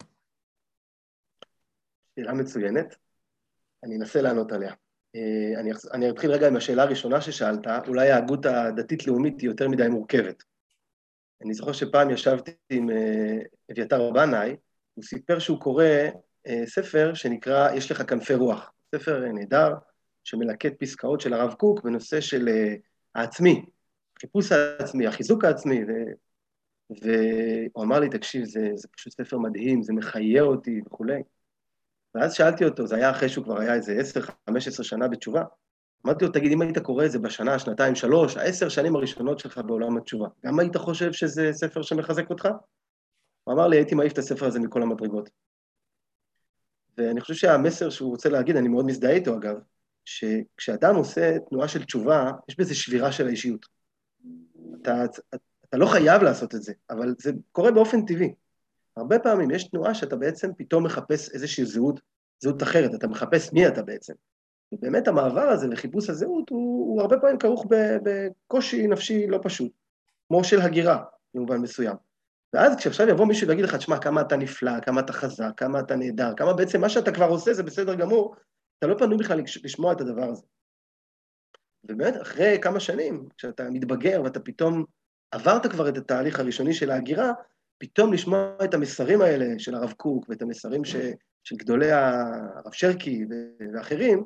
שאלה מצוינת. אני אנסה לענות עליה. אני, אני אתחיל רגע עם השאלה הראשונה ששאלת, אולי ההגות הדתית-לאומית היא יותר מדי מורכבת. אני זוכר שפעם ישבתי עם אביתר בנאי, הוא סיפר שהוא קורא ספר שנקרא יש לך כנפי רוח, ספר נהדר שמלקט פסקאות של הרב קוק בנושא של העצמי, חיפוש העצמי, החיזוק העצמי, ו... והוא אמר לי, תקשיב, זה, זה פשוט ספר מדהים, זה מחיה אותי וכו'. ואז שאלתי אותו, זה היה אחרי שהוא כבר היה איזה עשר, חמש עשרה שנה בתשובה, אמרתי לו, תגיד, אם היית קורא את זה בשנה, שנתיים, שלוש, העשר שנים הראשונות שלך בעולם התשובה, גם היית חושב שזה ספר שמחזק אותך? הוא אמר לי, הייתי מעיף את הספר הזה מכל המדרגות. ואני חושב שהמסר שהוא רוצה להגיד, אני מאוד מזדהה איתו אגב, שכשאדם עושה תנועה של תשובה, יש בזה שבירה של האישיות. אתה, אתה לא חייב לעשות את זה, אבל זה קורה באופן טבעי. הרבה פעמים יש תנועה שאתה בעצם פתאום מחפש איזושהי זהות, זהות אחרת, אתה מחפש מי אתה בעצם. ובאמת המעבר הזה וחיפוש הזהות הוא, הוא הרבה פעמים כרוך בקושי נפשי לא פשוט, כמו של הגירה, במובן מסוים. ואז כשעכשיו יבוא מישהו ויגיד לך, תשמע, כמה אתה נפלא, כמה אתה חזק, כמה אתה נהדר, כמה בעצם מה שאתה כבר עושה זה בסדר גמור, אתה לא פנוי בכלל לשמוע את הדבר הזה. ובאמת, אחרי כמה שנים, כשאתה מתבגר ואתה פתאום עברת כבר את התהליך הראשוני של ההגירה, פתאום לשמוע את המסרים האלה של הרב קוק ואת המסרים ש, של גדולי הרב שרקי ואחרים,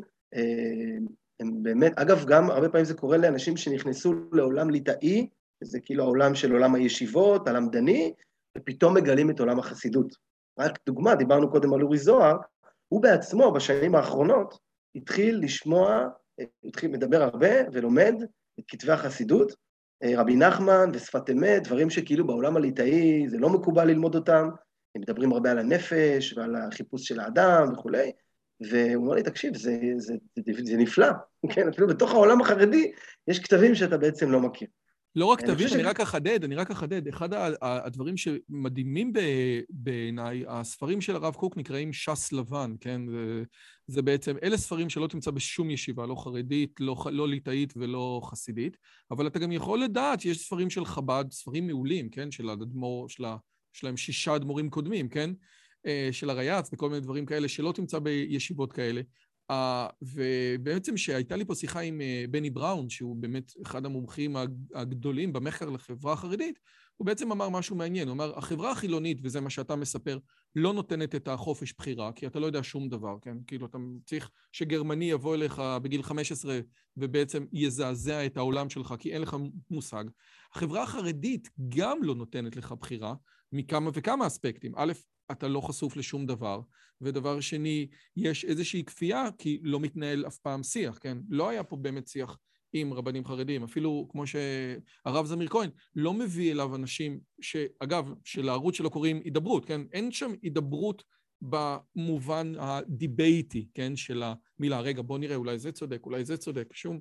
הם באמת, אגב, גם הרבה פעמים זה קורה לאנשים שנכנסו לעולם ליטאי, זה כאילו העולם של עולם הישיבות, הלמדני, ופתאום מגלים את עולם החסידות. רק דוגמה, דיברנו קודם על אורי זוהר, הוא בעצמו בשנים האחרונות התחיל לשמוע, התחיל לדבר הרבה ולומד את כתבי החסידות, רבי נחמן ושפת אמת, דברים שכאילו בעולם הליטאי זה לא מקובל ללמוד אותם, הם מדברים הרבה על הנפש ועל החיפוש של האדם וכולי, והוא אומר לי, תקשיב, זה, זה, זה, זה נפלא, כן? אפילו בתוך העולם החרדי יש כתבים שאתה בעצם לא מכיר. לא רק כתבים, אני רק אחדד, אני רק אחדד. אחד הדברים שמדהימים בעיניי, הספרים של הרב קוק נקראים ש"ס לבן, כן? זה בעצם, אלה ספרים שלא תמצא בשום ישיבה, לא חרדית, לא ליטאית ולא חסידית, אבל אתה גם יכול לדעת שיש ספרים של חב"ד, ספרים מעולים, כן? של האדמו"ר, שלהם שישה אדמו"רים קודמים, כן? של הריי"צ וכל מיני דברים כאלה שלא תמצא בישיבות כאלה. ובעצם שהייתה לי פה שיחה עם בני בראון, שהוא באמת אחד המומחים הגדולים במחקר לחברה החרדית, הוא בעצם אמר משהו מעניין, הוא אמר, החברה החילונית, וזה מה שאתה מספר, לא נותנת את החופש בחירה, כי אתה לא יודע שום דבר, כן? כאילו אתה צריך שגרמני יבוא אליך בגיל חמש עשרה, ובעצם יזעזע את העולם שלך, כי אין לך מושג. החברה החרדית גם לא נותנת לך בחירה, מכמה וכמה אספקטים. א', אתה לא חשוף לשום דבר, ודבר שני, יש איזושהי כפייה, כי לא מתנהל אף פעם שיח, כן? לא היה פה באמת שיח עם רבנים חרדים, אפילו כמו שהרב זמיר כהן לא מביא אליו אנשים, שאגב, שלערוץ שלו קוראים הידברות, כן? אין שם הידברות במובן הדיבייטי, כן? של המילה, רגע, בוא נראה, אולי זה צודק, אולי זה צודק, שום.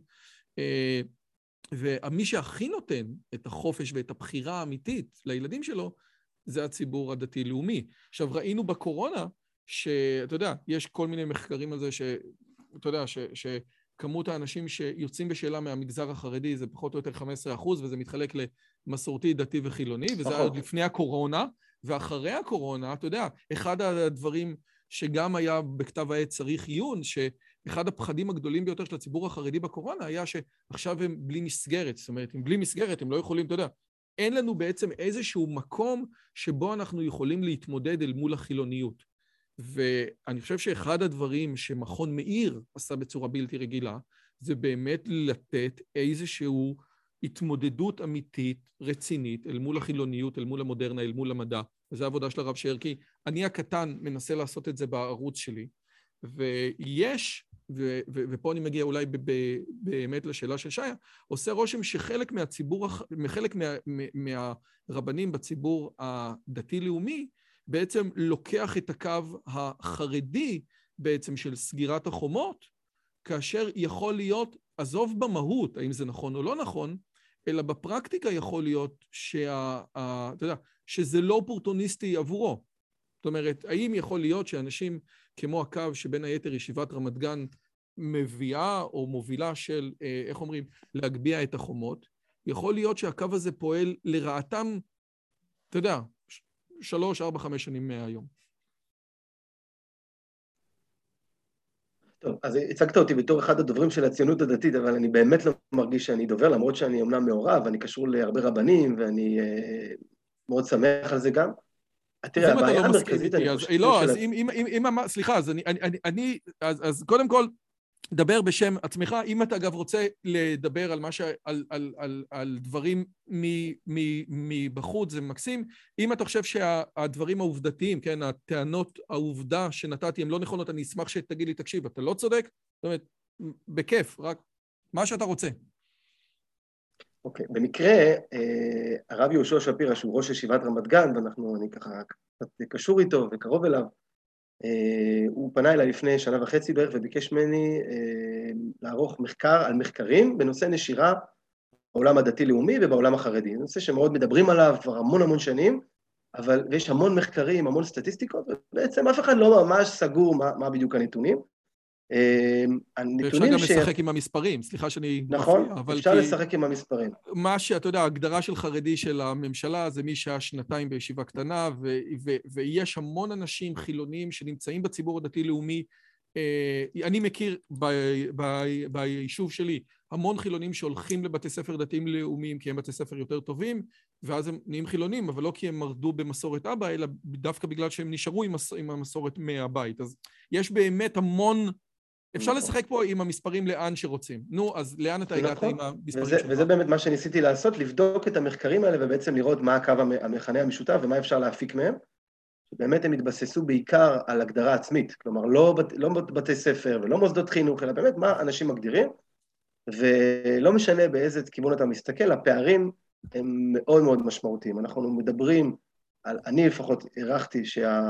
ומי שהכי נותן את החופש ואת הבחירה האמיתית לילדים שלו, זה הציבור הדתי-לאומי. עכשיו, ראינו בקורונה, שאתה יודע, יש כל מיני מחקרים על זה, שאתה יודע, ש, שכמות האנשים שיוצאים בשאלה מהמגזר החרדי, זה פחות או יותר חמישה עשר אחוז, וזה מתחלק למסורתי, דתי וחילוני, וזה היה עוד לפני הקורונה, ואחרי הקורונה, אתה יודע, אחד הדברים שגם היה בכתב העת צריך עיון, שאחד הפחדים הגדולים ביותר של הציבור החרדי בקורונה, היה שעכשיו הם בלי מסגרת, זאת אומרת, הם בלי מסגרת, הם לא יכולים, אתה יודע, אין לנו בעצם איזשהו מקום שבו אנחנו יכולים להתמודד אל מול החילוניות. ואני חושב שאחד הדברים שמכון מאיר עשה בצורה בלתי רגילה, זה באמת לתת איזשהו התמודדות אמיתית, רצינית, אל מול החילוניות, אל מול המודרנה, אל מול המדע. וזו העבודה של הרב שרקי. אני הקטן מנסה לעשות את זה בערוץ שלי, ויש, ו- ו- ופה אני מגיע אולי ב- ב- באמת לשאלה של שיה, עושה רושם שחלק מהציבור, חלק מה- מהרבנים בציבור הדתי-לאומי, בעצם לוקח את הקו החרדי בעצם של סגירת החומות, כאשר יכול להיות, עזוב במהות, האם זה נכון או לא נכון, אלא בפרקטיקה יכול להיות שה, ה, אתה יודע, שזה לא אופורטוניסטי עבורו. זאת אומרת, האם יכול להיות שאנשים כמו הקו שבין היתר ישיבת רמת גן מביאה או מובילה של, איך אומרים, להגביה את החומות, יכול להיות שהקו הזה פועל לרעתם, אתה יודע, שלוש, ארבע, חמש שנים מהיום. טוב, אז הצגת אותי בתור אחד הדוברים של הציונות הדתית, אבל אני באמת לא מרגיש שאני דובר, למרות שאני אומנם מעורב, ואני קשור להרבה רבנים, ואני אה, מאוד שמח על זה גם. תראה, הבעיה המרכזית, אני חושב... לא, אז אם... סליחה, אז אני... אז קודם כל, דבר בשם עצמך, אם אתה אגב רוצה לדבר על, ש... על, על, על, על דברים מבחוץ, זה מקסים. אם אתה חושב שהדברים העובדתיים, כן, הטענות העובדה שנתתי, הן לא נכונות, אני אשמח שתגיד לי, תקשיב, אתה לא צודק? זאת אומרת, בכיף, רק מה שאתה רוצה. אוקיי, okay. במקרה, אה, הרב יהושע שפירא, שהוא ראש ישיבת רמת גן, ואנחנו, אני ככה קצת קשור איתו וקרוב אליו, Uh, הוא פנה אליי לפני שנה וחצי בערך וביקש ממני uh, לערוך מחקר על מחקרים בנושא נשירה בעולם הדתי-לאומי ובעולם החרדי. זה נושא שמאוד מדברים עליו כבר המון המון שנים, אבל יש המון מחקרים, המון סטטיסטיקות, ובעצם אף אחד לא ממש סגור מה, מה בדיוק הנתונים. ואפשר גם לשחק עם המספרים, סליחה שאני מפריע. נכון, אפשר לשחק עם המספרים. מה שאתה יודע, ההגדרה של חרדי של הממשלה, זה מי שהיה שנתיים בישיבה קטנה, ויש המון אנשים חילונים שנמצאים בציבור הדתי-לאומי. אני מכיר ביישוב שלי המון חילונים שהולכים לבתי ספר דתיים לאומיים, כי הם בתי ספר יותר טובים, ואז הם נהיים חילונים, אבל לא כי הם מרדו במסורת אבא, אלא דווקא בגלל שהם נשארו עם המסורת מהבית. אז יש באמת המון... אפשר לשחק פה עם המספרים לאן שרוצים. נו, אז לאן אתה הגעת עם המספרים שלך? וזה באמת מה שניסיתי לעשות, לבדוק את המחקרים האלה ובעצם לראות מה הקו המכנה המשותף ומה אפשר להפיק מהם. שבאמת הם התבססו בעיקר על הגדרה עצמית, כלומר לא בתי ספר ולא מוסדות חינוך, אלא באמת מה אנשים מגדירים, ולא משנה באיזה כיוון אתה מסתכל, הפערים הם מאוד מאוד משמעותיים. אנחנו מדברים על, אני לפחות הערכתי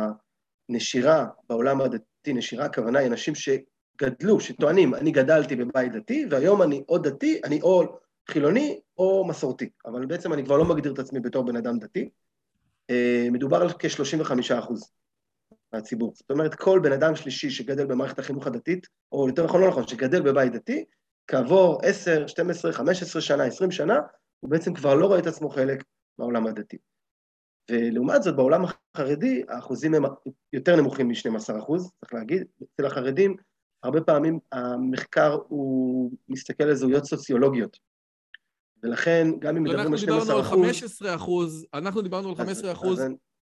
שהנשירה בעולם הדתי, נשירה הכוונה היא אנשים ש... גדלו, שטוענים, אני גדלתי בבית דתי, והיום אני או דתי, אני או חילוני או מסורתי, אבל בעצם אני כבר לא מגדיר את עצמי בתור בן אדם דתי. מדובר על כ-שלושים וחמישה אחוז מהציבור. זאת אומרת, כל בן אדם שלישי שגדל במערכת החינוך הדתית, או יותר נכון, לא נכון, שגדל בבית דתי, כעבור עשר, שתים עשרה, חמש עשרה שנה, עשרים שנה, הוא בעצם כבר לא רואה את עצמו חלק מהעולם הדתי. ולעומת זאת, בעולם החרדי, האחוזים הם יותר נמוכים מ-שנים עשר אחוז, צריך להגיד, אצל החרדים, הרבה פעמים המחקר הוא מסתכל על זהויות סוציולוגיות, ולכן גם אם מדברים על שנים עשר אחוז... אנחנו דיברנו על חמש עשרה אחוז, אנחנו דיברנו על חמש עשרה אחוז,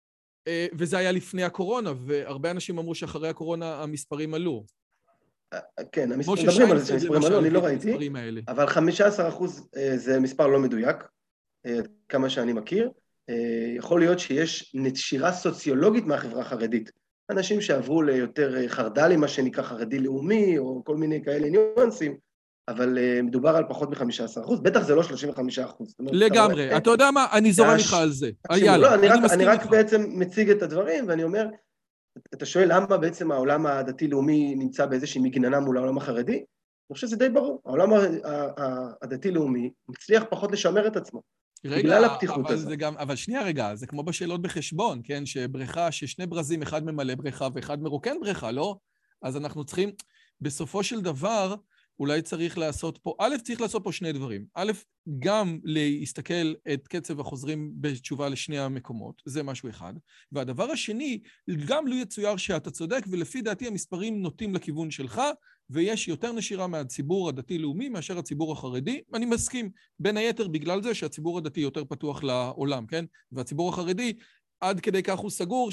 וזה היה לפני הקורונה, והרבה אנשים אמרו שאחרי הקורונה המספרים עלו. כן, מדברים על זה שהמספרים עלו, אני לא ראיתי, אבל חמישה עשר אחוז זה מספר לא מדויק, כמה שאני מכיר. יכול להיות שיש נשירה סוציולוגית מהחברה החרדית, אנשים שעברו ליותר חרד"לי, מה שנקרא חרדי לאומי, או כל מיני כאלה ניואנסים, אבל מדובר על פחות מ-חמישה עשר אחוז, בטח זה לא שלושים וחמישה אחוז. לגמרי, אתה יודע מה? אני זורם לך על זה. יאללה, אני מסכים איתך. אני רק בעצם מציג את הדברים, ואני אומר, אתה שואל למה בעצם העולם הדתי-לאומי נמצא באיזושהי מגננה מול העולם החרדי? אני חושב שזה די ברור. העולם הדתי-לאומי מצליח פחות לשמר את עצמו. בגלל הפתיחות הזאת. אבל שנייה רגע, זה כמו בשאלות בחשבון, כן? שבריכה, ששני ברזים, אחד ממלא בריכה ואחד מרוקן בריכה, לא? אז אנחנו צריכים, בסופו של דבר, אולי צריך לעשות פה, א', צריך לעשות פה שני דברים. א', גם להסתכל את קצב החוזרים בתשובה לשני המקומות, זה משהו אחד. והדבר השני, גם לא יצויר שאתה צודק, ולפי דעתי המספרים נוטים לכיוון שלך, ויש יותר נשירה מהציבור הדתי-לאומי מאשר הציבור החרדי. אני מסכים, בין היתר בגלל זה שהציבור הדתי יותר פתוח לעולם, כן? והציבור החרדי, עד כדי כך הוא סגור,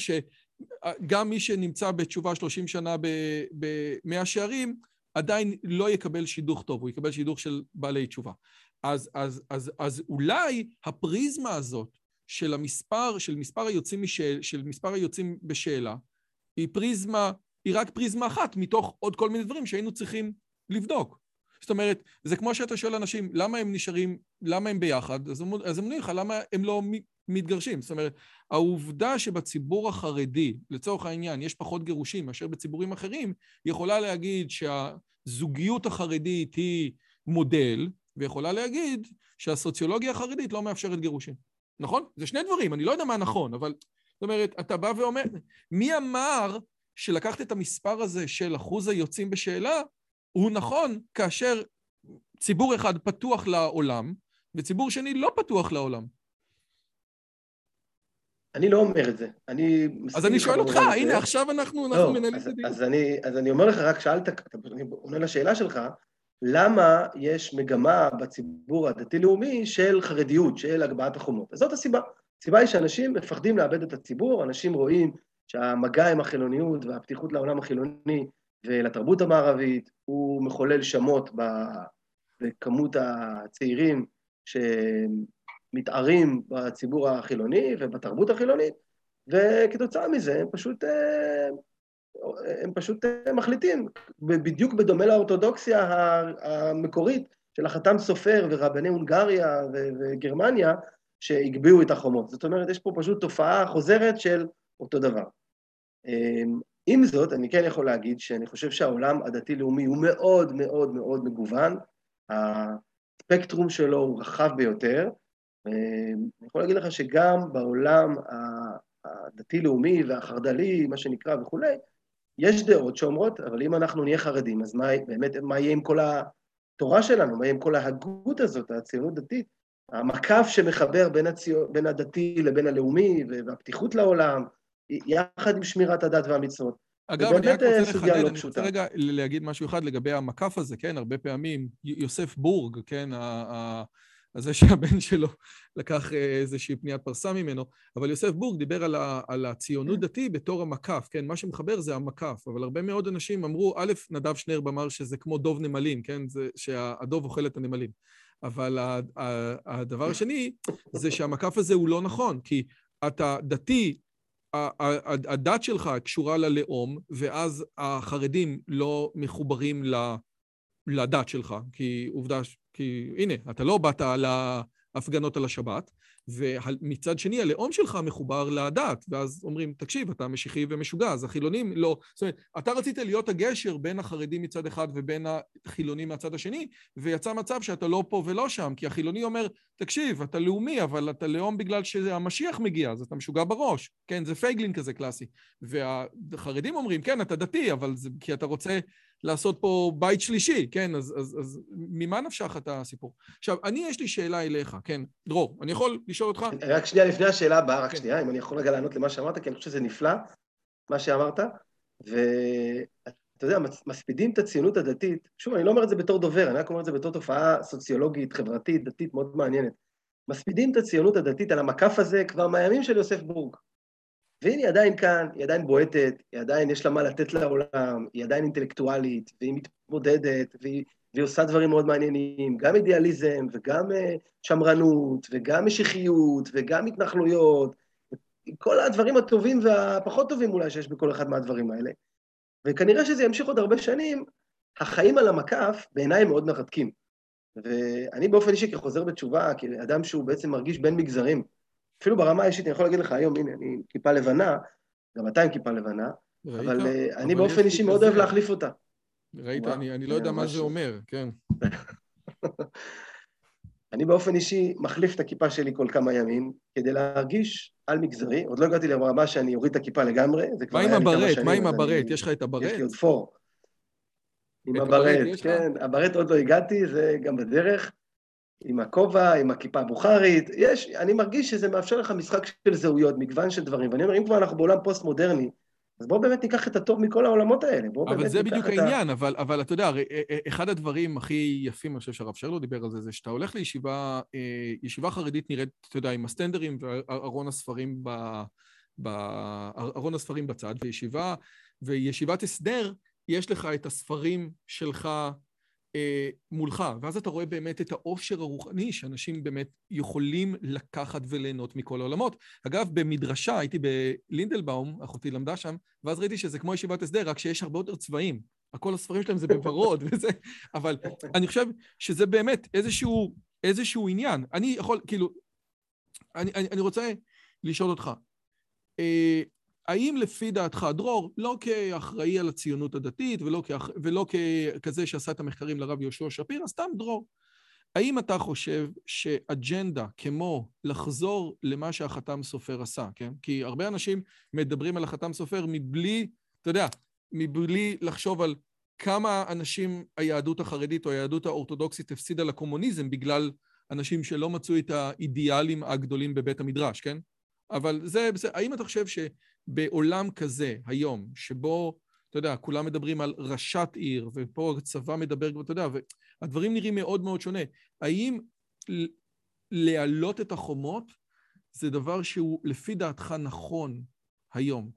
שגם מי שנמצא בתשובה שלושים שנה במאה שערים, עדיין לא יקבל שידוך טוב, הוא יקבל שידוך של בעלי תשובה. אז, אז, אז, אז אולי הפריזמה הזאת של המספר, של מספר היוצאים משאל, של מספר היוצאים בשאלה, היא פריזמה, היא רק פריזמה אחת מתוך עוד כל מיני דברים שהיינו צריכים לבדוק. זאת אומרת, זה כמו שאתה שואל אנשים, למה הם נשארים, למה הם ביחד? אז הם, אז הם אומרים לך, למה הם לא מתגרשים? זאת אומרת, העובדה שבציבור החרדי, לצורך העניין, יש פחות גירושים מאשר בציבורים אחרים, יכולה להגיד שהזוגיות החרדית היא מודל, ויכולה להגיד שהסוציולוגיה החרדית לא מאפשרת גירושים. נכון? זה שני דברים, אני לא יודע מה נכון, אבל זאת אומרת, אתה בא ואומר, מי אמר שלקחת את המספר הזה של אחוז היוצאים בשאלה, הוא נכון כאשר ציבור אחד פתוח לעולם, וציבור שני לא פתוח לעולם. אני לא אומר את זה. אני אז אני שואל אותך, הנה, עכשיו אנחנו מנהלים את הדיון. אז אני אומר לך, רק שאלת, אני עונה לשאלה שלך, למה יש מגמה בציבור הדתי-לאומי של חרדיות, של הגבהת החומות? אז זאת הסיבה. הסיבה היא שאנשים מפחדים לאבד את הציבור, אנשים רואים שהמגע עם החילוניות והפתיחות לעולם החילוני ולתרבות המערבית, הוא מחולל שמות בכמות הצעירים שמתארים בציבור החילוני ובתרבות החילונית, וכתוצאה מזה הם פשוט, הם פשוט מחליטים, בדיוק בדומה לאורתודוקסיה המקורית של החתם סופר ורבני הונגריה וגרמניה, שהגביעו את החומות. זאת אומרת, יש פה פשוט תופעה חוזרת של אותו דבר. עם זאת, אני כן יכול להגיד שאני חושב שהעולם הדתי-לאומי הוא מאוד מאוד מאוד מגוון, הספקטרום שלו הוא רחב ביותר, ואני יכול להגיד לך שגם בעולם הדתי-לאומי והחרד"לי, מה שנקרא וכולי, יש דעות שאומרות, אבל אם אנחנו נהיה חרדים, אז מה, באמת, מה יהיה עם כל התורה שלנו? מה יהיה עם כל ההגות הזאת, הציונות דתית? המקף שמחבר בין, הציון, בין הדתי לבין הלאומי, והפתיחות לעולם, יחד עם שמירת הדת והמצוות. אגב, אני רק רוצה לחדד, לא אני פשוטה. רוצה רגע להגיד משהו אחד לגבי המקף הזה, כן? הרבה פעמים, יוסף בורג, כן? זה שהבן שלו לקח איזושהי פניית פרסה ממנו, אבל יוסף בורג דיבר על, ה, על הציונות דתי בתור המקף, כן? מה שמחבר זה המקף, אבל הרבה מאוד אנשים אמרו, א', נדב שנרב אמר שזה כמו דוב נמלים, כן? זה שהדוב אוכל את הנמלים. אבל הדבר השני זה שהמקף הזה הוא לא נכון, כי אתה דתי, הדת שלך קשורה ללאום, ואז החרדים לא מחוברים לדת שלך, כי עובדה, כי הנה, אתה לא באת להפגנות על השבת, ומצד שני, הלאום שלך מחובר לדת, ואז אומרים, תקשיב, אתה משיחי ומשוגע, אז החילונים לא, זאת אומרת, אתה רצית להיות הגשר בין החרדים מצד אחד ובין החילונים מהצד השני, ויצא מצב שאתה לא פה ולא שם, כי החילוני אומר, תקשיב, אתה לאומי, אבל אתה לאום בגלל שהמשיח מגיע, אז אתה משוגע בראש, כן, זה פייגלין כזה קלאסי, והחרדים אומרים, כן, אתה דתי, אבל זה כי אתה רוצה לעשות פה בית שלישי, כן, אז, אז, אז ממה נפשך את הסיפור? עכשיו, אני יש לי שאלה אליך, כן, דרור, אני יכול לשאול אותך? רק שנייה לפני השאלה הבאה, רק שנייה, אם אני יכול רגע לענות למה שאמרת, כי אני חושב שזה נפלא, מה שאמרת, ואתה יודע, מספידים את הציונות הדתית, שוב, אני לא אומר את זה בתור דובר, אני רק אומר את זה בתור תופעה סוציולוגית, חברתית, דתית, מאוד מעניינת. מספידים את הציונות הדתית על המקף הזה כבר מהימים של יוסף בורג. והנה, היא עדיין כאן, היא עדיין בועטת, היא עדיין יש לה מה לתת לעולם, היא עדיין אינטלקטואלית, והיא מתמודדת, והיא, והיא עושה דברים מאוד מעניינים, גם אידיאליזם, וגם שמרנות, וגם משיחיות, וגם התנחלויות, כל הדברים הטובים והפחות טובים אולי שיש בכל אחד מהדברים האלה. וכנראה שזה ימשיך עוד הרבה שנים, החיים על המקף בעיניי מאוד מרתקים. ואני באופן אישי כחוזר בתשובה, כאדם שהוא בעצם מרגיש בין מגזרים, אפילו ברמה האישית, אני יכול להגיד לך היום, הנה, אני כיפה לבנה, גם אתה עם כיפה לבנה, ראית? אבל uh, אני באופן אישי מאוד אוהב להחליף אותה. ראית? אני, אני לא יודע מה זה אומר, כן. אני באופן אישי מחליף את הכיפה שלי כל כמה ימים, כדי להרגיש על מגזרי, עוד לא הגעתי לרמה שאני אוריד את הכיפה לגמרי, זה כבר היה לי כמה שנים. מה עם הברט? יש לך את הברט? יש לי עוד פור. עם הברט, כן, הברט עוד לא הגעתי, זה גם בדרך. עם הכובע, עם הכיפה הבוכרית, יש, אני מרגיש שזה מאפשר לך משחק של זהויות, מגוון של דברים, ואני אומר, אם כבר אנחנו בעולם פוסט-מודרני, אז בואו באמת ניקח את הטוב מכל העולמות האלה, בואו באמת ניקח את ה... אבל זה בדיוק העניין, אבל, אבל אתה יודע, אחד הדברים הכי יפים, אני חושב שהרב שרלו דיבר על זה, זה שאתה הולך לישיבה, ישיבה חרדית נראית, אתה יודע, עם הסטנדרים וארון הספרים ב... ארון הספרים בצד, וישיבה, וישיבת הסדר, יש לך את הספרים שלך, מולך, ואז אתה רואה באמת את האושר הרוחני שאנשים באמת יכולים לקחת וליהנות מכל העולמות. אגב, במדרשה, הייתי בלינדלבאום, אחותי למדה שם, ואז ראיתי שזה כמו ישיבת הסדר, רק שיש הרבה יותר צבעים. הכל הספרים שלהם זה בוורוד וזה, אבל אני חושב שזה באמת איזשהו, איזשהו עניין. אני יכול, כאילו, אני, אני, אני רוצה לשאול אותך, אה, האם לפי דעתך, דרור, לא כאחראי על הציונות הדתית, ולא, כאח... ולא ככזה שעשה את המחקרים לרב יהושע שפיר, סתם דרור, האם אתה חושב שאג'נדה כמו לחזור למה שהחתם סופר עשה, כן? כי הרבה אנשים מדברים על החתם סופר מבלי, אתה יודע, מבלי לחשוב על כמה אנשים היהדות החרדית או היהדות האורתודוקסית הפסידה לקומוניזם בגלל אנשים שלא מצאו את האידיאלים הגדולים בבית המדרש, כן? אבל זה, האם אתה חושב שבעולם כזה היום, שבו, אתה יודע, כולם מדברים על ראשת עיר, ופה הצבא מדבר, אתה יודע, והדברים נראים מאוד מאוד שונה, האם להעלות את החומות זה דבר שהוא לפי דעתך נכון היום?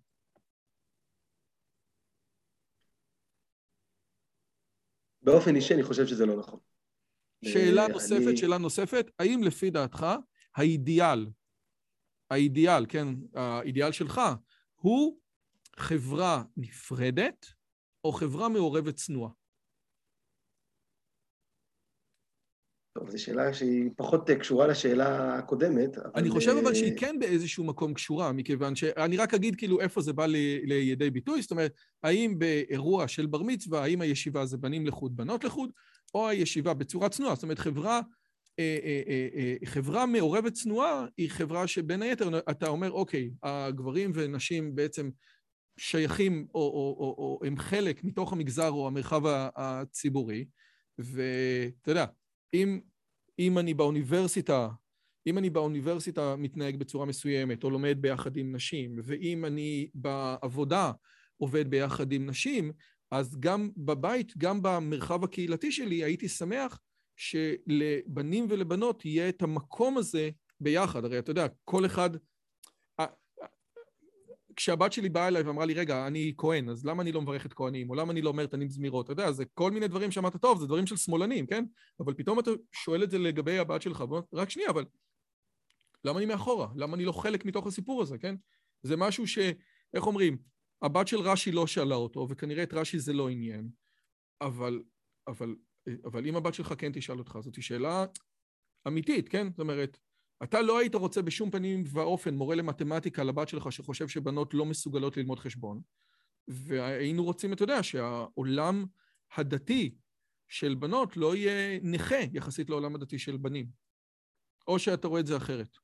באופן אישי אני חושב שזה לא נכון. שאלה נוספת, אני... שאלה נוספת, האם לפי דעתך האידיאל, האידיאל, כן, האידיאל שלך, הוא חברה נפרדת או חברה מעורבת צנועה? טוב, זו שאלה שהיא פחות קשורה לשאלה הקודמת. אבל... אני חושב אבל שהיא כן באיזשהו מקום קשורה, מכיוון שאני רק אגיד כאילו איפה זה בא לידי ביטוי, זאת אומרת, האם באירוע של בר מצווה, האם הישיבה זה בנים לחוד, בנות לחוד, או הישיבה בצורה צנועה, זאת אומרת, חברה חברה מעורבת צנועה היא חברה שבין היתר אתה אומר, אוקיי, הגברים ונשים בעצם שייכים או, או, או, או הם חלק מתוך המגזר או המרחב הציבורי, ואתה יודע, אם, אם אני באוניברסיטה, אם אני באוניברסיטה מתנהג בצורה מסוימת או לומד ביחד עם נשים, ואם אני בעבודה עובד ביחד עם נשים, אז גם בבית, גם במרחב הקהילתי שלי, הייתי שמח שלבנים ולבנות יהיה את המקום הזה ביחד. הרי אתה יודע, כל אחד, כשהבת שלי באה אליי ואמרה לי, רגע, אני כהן, אז למה אני לא מברך את כהנים, או למה אני לא אומר תנים זמירות? אתה יודע, זה כל מיני דברים שאמרת, טוב, זה דברים של שמאלנים, כן? אבל פתאום אתה שואל את זה לגבי הבת שלך, רק שנייה, אבל למה אני מאחורה? למה אני לא חלק מתוך הסיפור הזה, כן? זה משהו ש, איך אומרים, הבת של רש"י לא שאלה אותו, וכנראה את רש"י זה לא עניין, אבל, אבל, אבל אם הבת שלך כן תשאל אותך, זאת שאלה אמיתית, כן? זאת אומרת, אתה לא היית רוצה בשום פנים ואופן מורה למתמטיקה לבת שלך שחושב שבנות לא מסוגלות ללמוד חשבון, והיינו רוצים, אתה יודע, שהעולם הדתי של בנות לא יהיה נכה יחסית לעולם הדתי של בנים. או שאתה רואה את זה אחרת.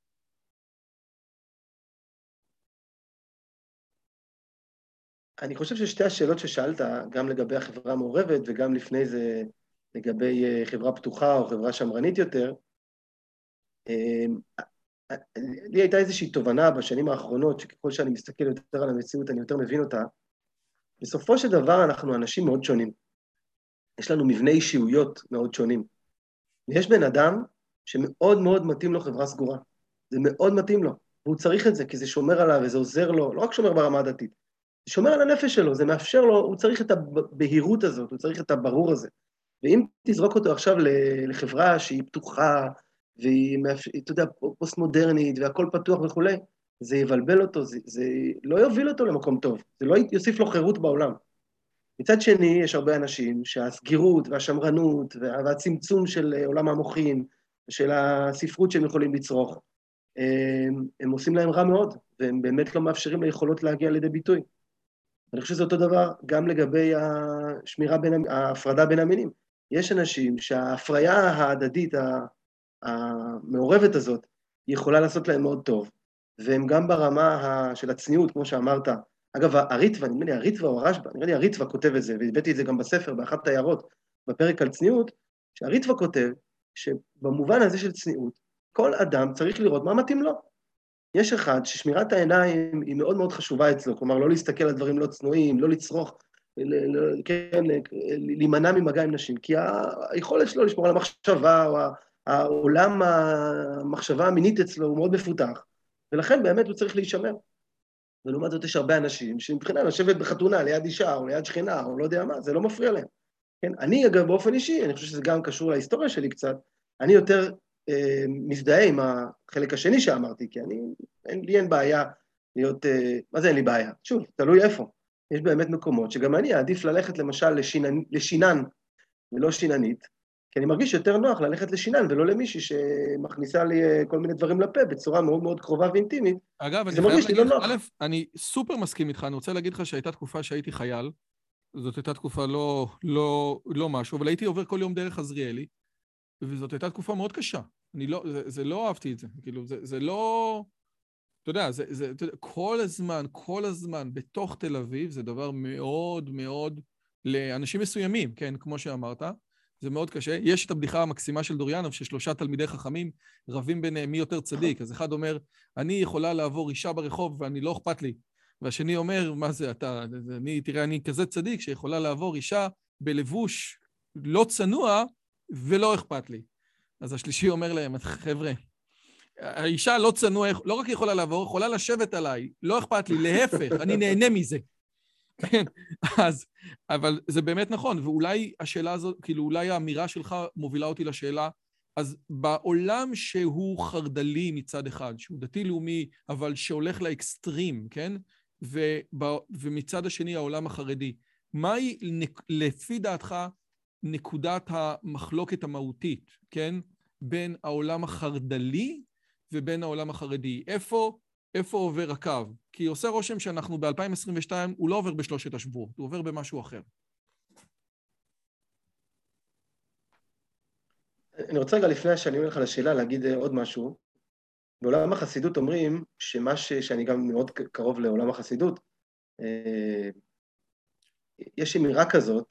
אני חושב ששתי השאלות ששאלת, גם לגבי החברה המעורבת וגם לפני זה לגבי חברה פתוחה או חברה שמרנית יותר, לי הייתה איזושהי תובנה בשנים האחרונות, שככל שאני מסתכל יותר על המציאות, אני יותר מבין אותה. בסופו של דבר אנחנו אנשים מאוד שונים. יש לנו מבנה אישיויות מאוד שונים. ויש בן אדם שמאוד מאוד מתאים לו חברה סגורה. זה מאוד מתאים לו, והוא צריך את זה, כי זה שומר עליו וזה עוזר לו, לא רק שומר ברמה הדתית, זה שומר על הנפש שלו, זה מאפשר לו, הוא צריך את הבהירות הזאת, הוא צריך את הברור הזה. ואם תזרוק אותו עכשיו לחברה שהיא פתוחה, והיא, אתה יודע, פוסט-מודרנית, והכל פתוח וכו', זה יבלבל אותו, זה, זה לא יוביל אותו למקום טוב, זה לא יוסיף לו חירות בעולם. מצד שני, יש הרבה אנשים שהסגירות והשמרנות והצמצום של עולם המוחין, של הספרות שהם יכולים לצרוך, הם, הם עושים להם רע מאוד, והם באמת לא מאפשרים ליכולות להגיע לידי ביטוי. אני חושב שזה אותו דבר גם לגבי השמירה בין, ההפרדה בין המינים. יש אנשים שההפריה ההדדית, המעורבת הזאת, היא יכולה לעשות להם מאוד טוב, והם גם ברמה של הצניעות, כמו שאמרת. אגב, הריטווה, נדמה לי, הריטווה או הרשב"א, נראה לי הריטווה כותב את זה, והבאתי את זה גם בספר, באחת ההערות, בפרק על צניעות, שהריטווה כותב שבמובן הזה של צניעות, כל אדם צריך לראות מה מתאים לו. יש אחד ששמירת העיניים היא מאוד מאוד חשובה אצלו, כלומר, לא להסתכל על דברים לא צנועים, לא לצרוך, כן, להימנע ממגע עם נשים, כי היכולת שלו לשמור על המחשבה, או העולם המחשבה המינית אצלו הוא מאוד מפותח, ולכן באמת הוא צריך להישמר. ולעומת זאת יש הרבה אנשים שמבחינה לשבת בחתונה ליד אישה או ליד שכנה או לא יודע מה, זה לא מפריע להם. כן? אני אגב באופן אישי, אני חושב שזה גם קשור להיסטוריה שלי קצת, אני יותר אה, מזדהה עם החלק השני שאמרתי, כי אני, אין, לי אין בעיה להיות, אה, מה זה אין לי בעיה? שוב, תלוי איפה. יש באמת מקומות שגם אני אעדיף ללכת למשל לשינן, לשינן ולא שיננית, כי אני מרגיש יותר נוח ללכת לשינן, ולא למישהי שמכניסה לי כל מיני דברים לפה, בצורה מאוד מאוד קרובה ואינטימית. אגב, אני חייב להגיד, א', אני סופר מסכים איתך, אני רוצה להגיד לך שהייתה תקופה שהייתי חייל, זאת הייתה תקופה לא, לא, לא משהו, אבל הייתי עובר כל יום דרך עזריאלי, וזאת הייתה תקופה מאוד קשה. אני לא, זה, זה לא אהבתי את זה, כאילו, זה, זה לא, אתה יודע, זה, זה, אתה יודע, כל הזמן, כל הזמן, בתוך תל אביב, זה דבר מאוד מאוד, לאנשים מסוימים, כן, כמו שאמרת, זה מאוד קשה. יש את הבדיחה המקסימה של דוריאנוב, ששלושה תלמידי חכמים רבים ביניהם מי יותר צדיק. אז אחד אומר, אני יכולה לעבור אישה ברחוב ואני לא אכפת לי. והשני אומר, מה זה אתה? אני, תראה, אני כזה צדיק שיכולה לעבור אישה בלבוש לא צנוע ולא אכפת לי. אז השלישי אומר להם, חבר'ה, האישה לא צנוע, לא רק יכולה לעבור, יכולה לשבת עליי, לא אכפת לי, להפך, אני נהנה מזה. כן, אז, אבל זה באמת נכון, ואולי השאלה הזאת, כאילו אולי האמירה שלך מובילה אותי לשאלה, אז בעולם שהוא חרדלי מצד אחד, שהוא דתי-לאומי, אבל שהולך לאקסטרים, כן? ובא, ומצד השני העולם החרדי, מהי לפי דעתך נקודת המחלוקת המהותית, כן? בין העולם החרדלי ובין העולם החרדי? איפה... איפה עובר הקו? כי עושה רושם שאנחנו ב-אלפיים עשרים ושתיים, הוא לא עובר בשלושת השבועות, הוא עובר במשהו אחר. אני רוצה רגע לפני שאני אומר לך לשאלה, להגיד עוד משהו. בעולם החסידות אומרים שמה ש... שאני גם מאוד קרוב לעולם החסידות, יש אמירה כזאת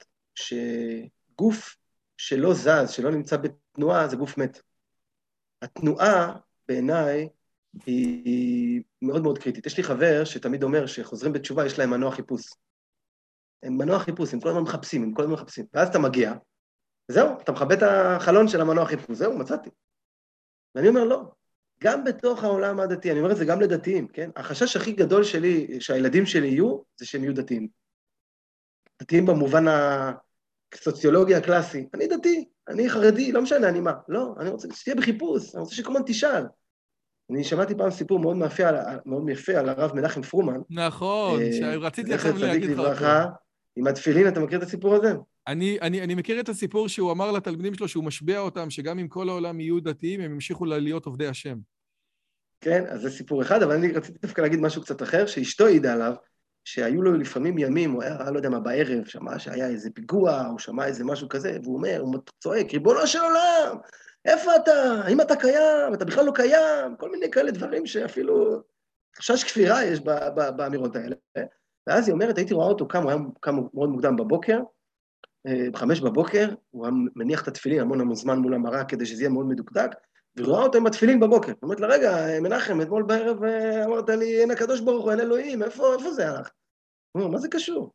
שגוף שלא זז, שלא נמצא בתנועה, זה גוף מת. התנועה בעיניי היא מאוד מאוד קריטית. יש לי חבר שתמיד אומר שחוזרים בתשובה, יש להם מנוע חיפוש. הם מנוע חיפוש, הם כל הזמן מחפשים, הם כל הזמן מחפשים. ואז אתה מגיע, וזהו, אתה מכבה את החלון של המנוע חיפוש, זהו, מצאתי. ואני אומר, לא, גם בתוך העולם הדתי, אני אומר את זה גם לדתיים, כן? החשש הכי גדול שלי, שהילדים שלי יהיו, זה שהם יהיו דתיים. דתיים במובן הסוציולוגי הקלאסי. אני דתי, אני חרדי, לא משנה, אני מה. לא, אני רוצה שתהיה בחיפוש, אני רוצה שכל הזמן תשאל. אני שמעתי פעם סיפור מאוד יפה, מאוד יפה על הרב מנחם פרומן. נכון, שרציתי עכשיו להגיד לך אותו. עם התפילין, אתה מכיר את הסיפור הזה? אני, אני, אני מכיר את הסיפור שהוא אמר לתלמידים שלו שהוא משביע אותם, שגם אם כל העולם יהיו דתיים, הם ימשיכו להיות עובדי השם. כן, אז זה סיפור אחד, אבל אני רציתי דווקא להגיד משהו קצת אחר, שאשתו העידה עליו, שהיו לו לפעמים ימים, הוא היה, לא יודע מה, בערב, שמע שהיה איזה פיגוע, או שמע איזה משהו כזה, והוא אומר, הוא צועק, ריבונו של עולם, איפה אתה? האם אתה קיים? אתה בכלל לא קיים? כל מיני כאלה דברים שאפילו חשש כפירה יש באמירות האלה. ואז היא אומרת, הייתי רואה אותו קם, הוא היה קם מאוד מוקדם בבוקר, בחמש בבוקר, הוא מניח את התפילין המון המון זמן מול המראה, כדי שזה יהיה מאוד מדוקדק, ורואה אותו עם התפילין בבוקר. היא אומרת לה, רגע, מנחם, אתמול בערב אמרת לי, אין הקדוש ברוך הוא, אין אלוהים, איפה, איפה זה הלך? הוא אומר, מה זה קשור?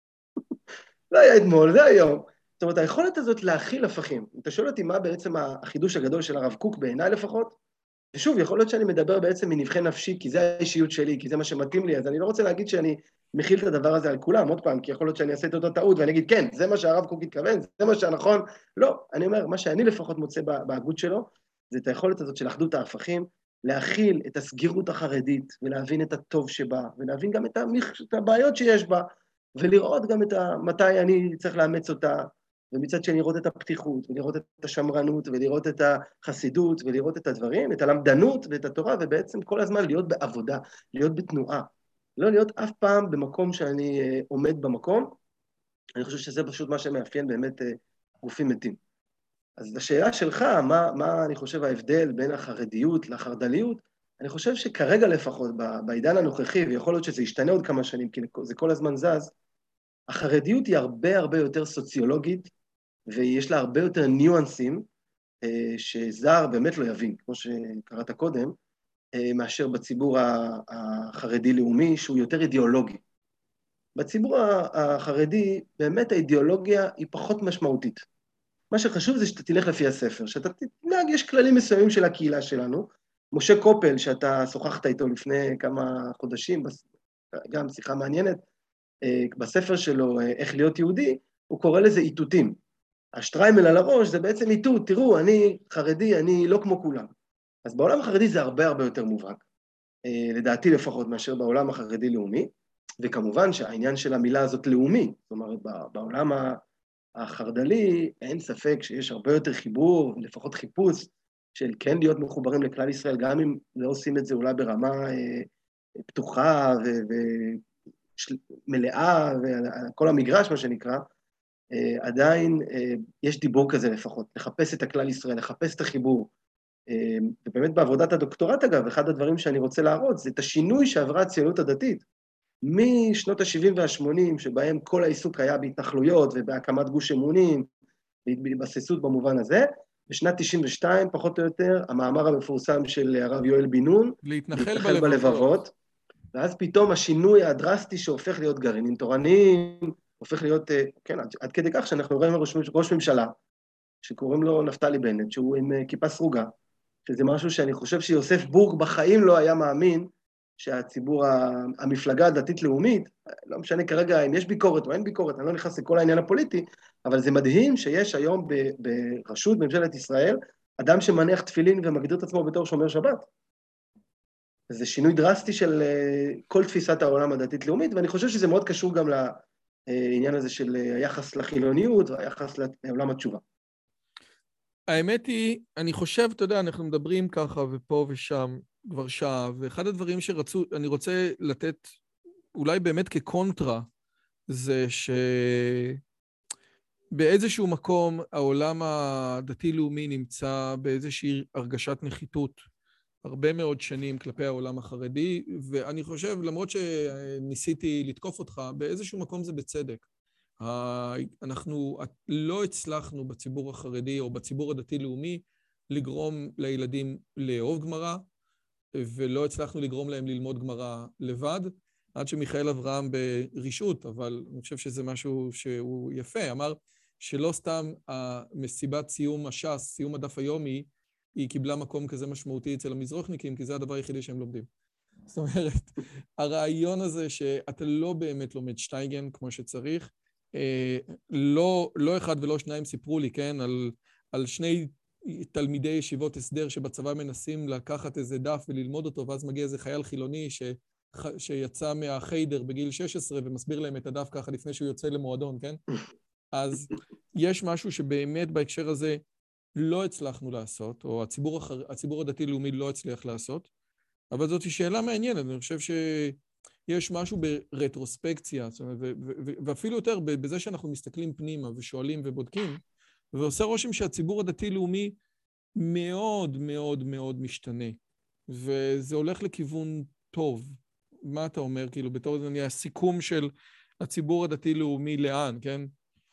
זה היה אתמול, זה היום. זאת אומרת, היכולת הזאת להכיל הפכים. אתה שואל אותי מה בעצם החידוש הגדול של הרב קוק, בעיניי לפחות, ושוב, יכול להיות שאני מדבר בעצם מנבחי נפשי, כי זה האישיות שלי, כי זה מה שמתאים לי, אז אני לא רוצה להגיד שאני מכיל את הדבר הזה על כולם, עוד פעם, כי יכול להיות שאני אעשה את אותו טעות, ואני אגיד, כן, זה מה שהרב קוק התכוון, זה מה שהנכון. לא, אני אומר, מה שאני לפחות מוצא בהגות שלו, זה את היכולת הזאת של אחדות ההפכים, להכיל את הסגירות החרדית, ולהבין את הטוב שבה, ולהבין גם את, המח... את הבעיות שיש בה, ולראות גם את ה... מתי אני צריך לאמץ אותה, ומצד שני לראות את הפתיחות, ולראות את השמרנות, ולראות את החסידות, ולראות את הדברים, את הלמדנות ואת התורה, ובעצם כל הזמן להיות בעבודה, להיות בתנועה. לא להיות אף פעם במקום שאני עומד במקום. אני חושב שזה פשוט מה שמאפיין באמת גופים מתים. אז לשאלה שלך, מה, מה אני חושב ההבדל בין החרדיות לחרדליות, אני חושב שכרגע לפחות, בעידן הנוכחי, ויכול להיות שזה ישתנה עוד כמה שנים, כי זה כל הזמן זז, החרדיות היא הרבה הרבה יותר סוציולוגית, ויש לה הרבה יותר ניואנסים, שזר באמת לא יבין, כמו שקראת קודם, מאשר בציבור החרדי-לאומי, שהוא יותר אידיאולוגי. בציבור החרדי, באמת האידיאולוגיה היא פחות משמעותית. מה שחשוב זה שאתה תלך לפי הספר, שאתה תנהג, יש כללים מסוימים של הקהילה שלנו. משה קופל, שאתה שוחחת איתו לפני כמה חודשים, גם שיחה מעניינת, בספר שלו, איך להיות יהודי, הוא קורא לזה איתותים. השטריימל על הראש זה בעצם איתות, תראו, אני חרדי, אני לא כמו כולם. אז בעולם החרדי זה הרבה הרבה יותר מובהק, לדעתי לפחות מאשר בעולם החרדי-לאומי, וכמובן שהעניין של המילה הזאת לאומי, זאת אומרת, בעולם החרדלי אין ספק שיש הרבה יותר חיבור, לפחות חיפוש, של כן להיות מחוברים לכלל ישראל, גם אם לא עושים את זה אולי ברמה פתוחה ומלאה, וכל המגרש, מה שנקרא, עדיין יש דיבור כזה לפחות, לחפש את הכלל ישראל, לחפש את החיבור. ובאמת בעבודת הדוקטורט, אגב, אחד הדברים שאני רוצה להראות, זה את השינוי שעברה הציונות הדתית, משנות ה-שבעים וה-שמונים, שבהם כל העיסוק היה בהתנחלויות ובהקמת גוש אמונים, בהתבססות במובן הזה, בשנת תשעים ושתיים, פחות או יותר, המאמר המפורסם של הרב יואל בן נון, להתנחל בלבבות, ואז פתאום השינוי הדרסטי שהופך להיות גרעינים תורניים, הופך להיות, כן, עד, עד כדי כך שאנחנו רואים ראש, ראש ממשלה, שקוראים לו נפתלי בנט, שהוא עם כיפה סרוגה, שזה משהו שאני חושב שיוסף בורג בחיים לא היה מאמין, שהציבור, המפלגה הדתית-לאומית, לא משנה כרגע אם יש ביקורת או אין ביקורת, אני לא נכנס לכל העניין הפוליטי, אבל זה מדהים שיש היום ברשות ממשלת ישראל, אדם שמניח תפילין ומגדיר את עצמו בתור שומר שבת. זה שינוי דרסטי של כל תפיסת העולם הדתית-לאומית, ואני חושב שזה מאוד קשור גם לעניין הזה של היחס לחילוניות והיחס לעולם התשובה. האמת היא, אני חושב, אתה יודע, אנחנו מדברים ככה ופה ושם כבר שעה, ואחד הדברים שרצו, אני רוצה לתת אולי באמת כקונטרה, זה ש... באיזשהו מקום העולם הדתי-לאומי נמצא באיזושהי הרגשת נחיתות הרבה מאוד שנים כלפי העולם החרדי, ואני חושב, למרות שניסיתי לתקוף אותך, באיזשהו מקום זה בצדק. אנחנו לא הצלחנו בציבור החרדי או בציבור הדתי-לאומי לגרום לילדים לאהוב גמרא, ולא הצלחנו לגרום להם ללמוד גמרא לבד, עד שמיכאל אברהם ברשעות, אבל אני חושב שזה משהו שהוא יפה, אמר שלא סתם המסיבת סיום הש"ס, סיום הדף היומי, היא קיבלה מקום כזה משמעותי אצל המזרוחניקים, כי זה הדבר היחידי שהם לומדים. זאת אומרת, הרעיון הזה שאתה לא באמת לומד שטייגן כמו שצריך, לא, לא אחד ולא שניים סיפרו לי, כן, על, על שני תלמידי ישיבות הסדר שבצבא מנסים לקחת איזה דף וללמוד אותו, ואז מגיע איזה חייל חילוני ש, שיצא מהחיידר בגיל שש עשרה ומסביר להם את הדף ככה לפני שהוא יוצא למועדון, כן? אז יש משהו שבאמת בהקשר הזה לא הצלחנו לעשות, או הציבור, החר... הציבור הדתי-לאומי לא הצליח לעשות, אבל זאת שאלה מעניינת, אני חושב שיש משהו ברטרוספקציה, ו- ו- ו- ואפילו יותר בזה שאנחנו מסתכלים פנימה ושואלים ובודקים, ועושה רושם שהציבור הדתי-לאומי מאוד מאוד מאוד משתנה, וזה הולך לכיוון טוב. מה אתה אומר, כאילו, בתור הסיכום של הציבור הדתי-לאומי לאן, כן?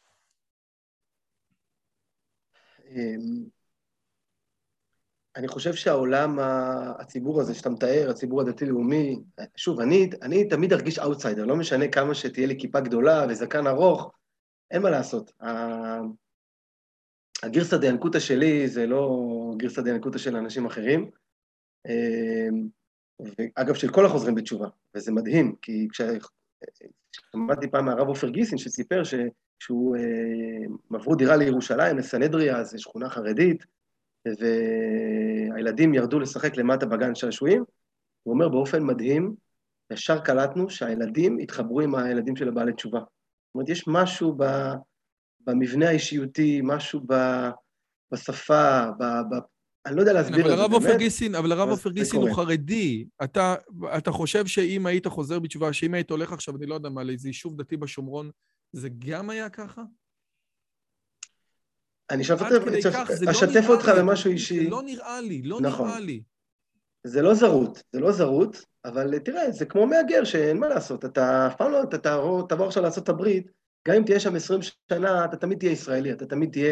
אני חושב שהעולם, הציבור הזה שאתה מתאר, הציבור הדתי-לאומי, שוב, אני, אני תמיד ארגיש אאוטסיידר, לא משנה כמה שתהיה לי כיפה גדולה וזקן ארוך, אין מה לעשות. הגרסא דינקותא שלי זה לא גרסא דינקותא של אנשים אחרים, ואגב, של כל החוזרים בתשובה, וזה מדהים, כי כששמעתי פעם מהרב עופר גיסין שסיפר שכשהוא עברו דירה לירושלים, לסנהדריה, זו שכונה חרדית, והילדים ירדו לשחק למטה בגן שעשועים, הוא אומר באופן מדהים, ישר קלטנו שהילדים התחברו עם הילדים של הבעלי תשובה. זאת אומרת, יש משהו במבנה האישיותי, משהו בשפה, ב... אני לא יודע להסביר את זה באמת. אבל הרב עופר גיסין הוא חרדי. אתה, אתה חושב שאם היית חוזר בתשובה, שאם היית הולך עכשיו, אני לא יודע מה, לאיזה יישוב דתי בשומרון, זה גם היה ככה? אני אשתף אותך במשהו אישי. זה לא נראה לי, לא נראה לי. זה לא זרות, זה לא זרות, אבל תראה, זה כמו מהגר שאין מה לעשות. אתה אף פעם לא, אתה תעבור עכשיו לעשות הברית, גם אם תהיה שם עשרים שנה, אתה תמיד תהיה ישראלי, אתה תמיד תהיה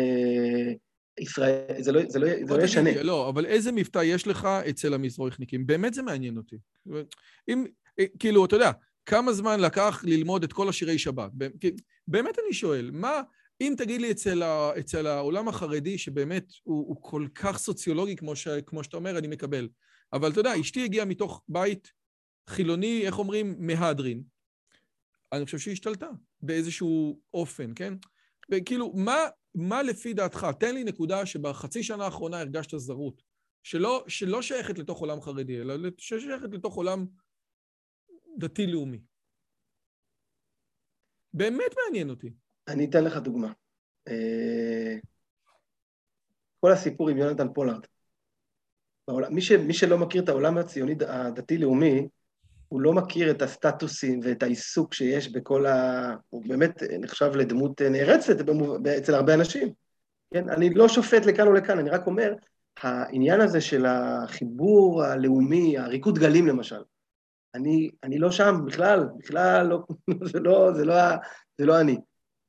ישראל, זה לא ישנה. לא, אבל איזה מבטא יש לך אצל המזרוחניקים? באמת זה מעניין אותי. אם, כאילו, אתה יודע, כמה זמן לקח ללמוד את כל השירי שבת? באמת אני שואל, מה... אם תגיד לי אצל, ה, אצל העולם החרדי, שבאמת הוא, הוא כל כך סוציולוגי, כמו, ש, כמו שאתה אומר, אני מקבל. אבל אתה יודע, אשתי הגיעה מתוך בית חילוני, איך אומרים, מהדרין. אני חושב שהיא השתלטה באיזשהו אופן, כן? וכאילו, מה, מה לפי דעתך? תן לי נקודה שבחצי שנה האחרונה הרגשת זרות, שלא, שלא שייכת לתוך עולם חרדי, אלא שייכת לתוך עולם דתי-לאומי. באמת מעניין אותי. אני אתן לך דוגמה. כל הסיפור עם יונתן פולארד. מי, ש, מי שלא מכיר את העולם הציוני הדתי-לאומי, הוא לא מכיר את הסטטוסים ואת העיסוק שיש בכל ה... הוא באמת נחשב לדמות נערצת אצל הרבה אנשים. כן? אני לא שופט לכאן או לכאן, אני רק אומר, העניין הזה של החיבור הלאומי, הריקוד גלים למשל, אני, אני לא שם בכלל, בכלל לא, זה לא, זה לא, זה לא אני.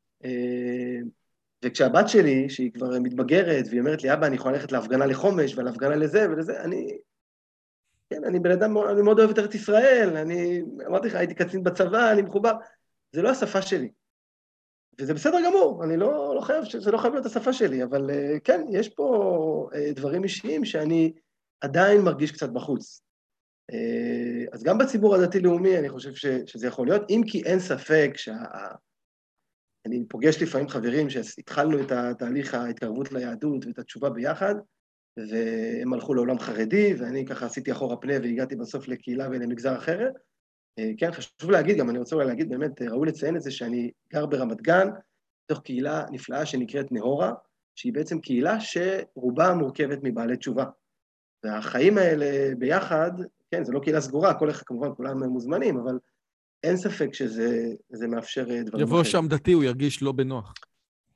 וכשהבת שלי, שהיא כבר מתבגרת, והיא אומרת לי, אבא, אני יכולה ללכת להפגנה לחומש, ולהפגנה לזה ולזה, אני, כן, אני בן אדם, אני מאוד אוהב את ארץ ישראל, אני, אמרתי לך, הייתי קצין בצבא, אני מחובר, זה לא השפה שלי. וזה בסדר גמור, אני לא, לא חייב, זה לא חייב להיות השפה שלי, אבל כן, יש פה דברים אישיים שאני עדיין מרגיש קצת בחוץ. אז גם בציבור הדתי-לאומי, אני חושב ש, שזה יכול להיות, אם כי אין ספק שה... אני פוגש לפעמים חברים שהתחלנו את התהליך ההתקרבות ליהדות ואת התשובה ביחד, והם הלכו לעולם חרדי, ואני ככה עשיתי אחורה פנה והגעתי בסוף לקהילה ולמגזר אחרת. כן, חשוב להגיד, גם אני רוצה אולי להגיד, באמת, ראוי לציין את זה שאני גר ברמת גן, בתוך קהילה נפלאה שנקראת נהורה, שהיא בעצם קהילה שרובה מורכבת מבעלי תשובה. והחיים האלה ביחד, כן, זה לא קהילה סגורה, כל אחד, כמובן, כולם מוזמנים, אבל אין ספק שזה מאפשר דברים אחרים. יבוא שם דתי, הוא ירגיש לא בנוח.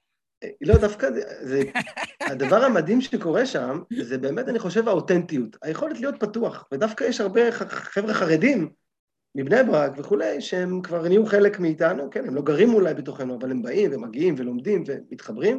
לא, דווקא זה, זה, הדבר המדהים שקורה שם, זה באמת, אני חושב, האותנטיות, היכולת להיות פתוח, ודווקא יש הרבה חבר'ה חרדים, מבני ברק וכולי, שהם כבר נהיו חלק מאיתנו, כן, הם לא גרים אולי בתוכנו, אבל הם באים ומגיעים ולומדים ומתחברים,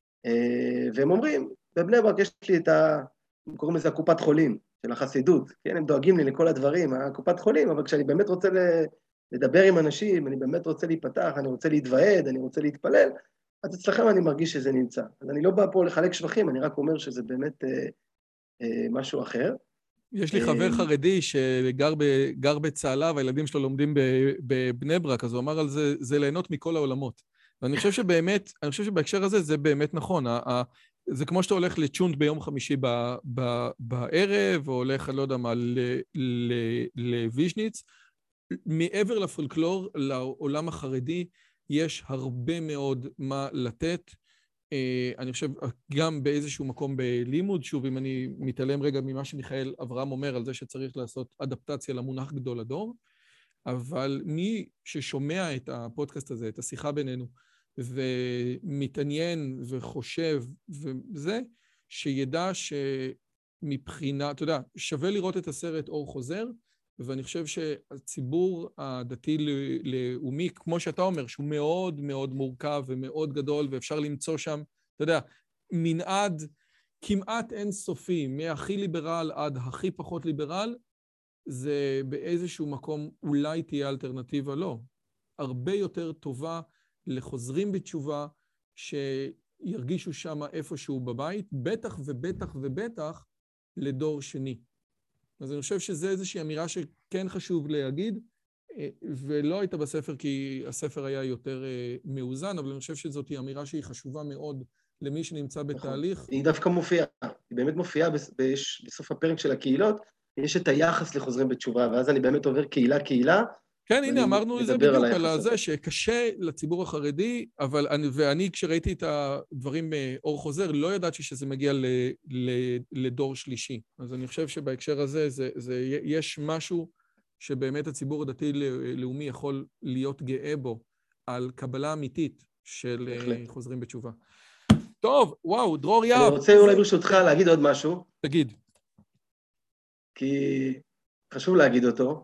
והם אומרים, בבני ברק יש לי את ה... קוראים לזה הקופת חולים של החסידות, כן, הם דואגים לי לכל הדברים, הקופת חולים, אבל כשאני באמת רוצה לדבר עם אנשים, אני באמת רוצה להיפתח, אני רוצה להתוועד, אני רוצה להתפלל, אז אצלכם אני מרגיש שזה נמצא. אז אני לא בא פה לחלק שבחים, אני רק אומר שזה באמת אה, אה, משהו אחר. יש לי חבר חרדי שגר בצהלה, והילדים שלו לומדים בבני ברק, אז הוא אמר על זה, זה ליהנות מכל העולמות. ואני חושב שבאמת, אני חושב שבהקשר הזה זה באמת נכון. זה כמו שאתה הולך לצ'ונט ביום חמישי בערב, או הולך, אני לא יודע מה, לוויז'ניץ. מעבר לפולקלור, לעולם החרדי, יש הרבה מאוד מה לתת. אני חושב, גם באיזשהו מקום בלימוד, שוב, אם אני מתעלם רגע ממה שמיכאל אברהם אומר על זה שצריך לעשות אדפטציה למונח גדול הדור, אבל מי ששומע את הפודקאסט הזה, את השיחה בינינו, ומתעניין וחושב וזה, שידע שמבחינה, אתה יודע, שווה לראות את הסרט אור חוזר, ואני חושב שהציבור הדתי-לאומי, כמו שאתה אומר, שהוא מאוד מאוד מורכב ומאוד גדול, ואפשר למצוא שם, אתה יודע, מנעד כמעט אינסופי, מהכי ליברל עד הכי פחות ליברל, זה באיזשהו מקום אולי תהיה אלטרנטיבה, לא. הרבה יותר טובה לחוזרים בתשובה, שירגישו שם איפשהו בבית, בטח ובטח ובטח לדור שני. אז אני חושב שזה איזושהי אמירה שכן חשוב להגיד, ולא הייתה בספר כי הספר היה יותר מאוזן, אבל אני חושב שזאת היא אמירה שהיא חשובה מאוד למי שנמצא בתהליך. היא דווקא מופיעה, היא באמת מופיעה בסוף הפרק של הקהילות, יש את היחס לחוזרים בתשובה, ואז אני באמת עובר קהילה-קהילה, כן, הנה, אמרנו את זה בדיוק על זה, שקשה לציבור החרדי, אבל אני, ואני כשראיתי את הדברים באור חוזר, לא ידעתי שזה מגיע ל, ל, לדור שלישי. אז אני חושב שבהקשר הזה, זה, זה, יש משהו שבאמת הציבור הדתי-לאומי יכול להיות גאה בו, על קבלה אמיתית של בהחלט. חוזרים בתשובה. טוב, וואו, דרור יאב. אני רוצה אולי ברשותך להגיד עוד משהו. תגיד. כי חשוב להגיד אותו.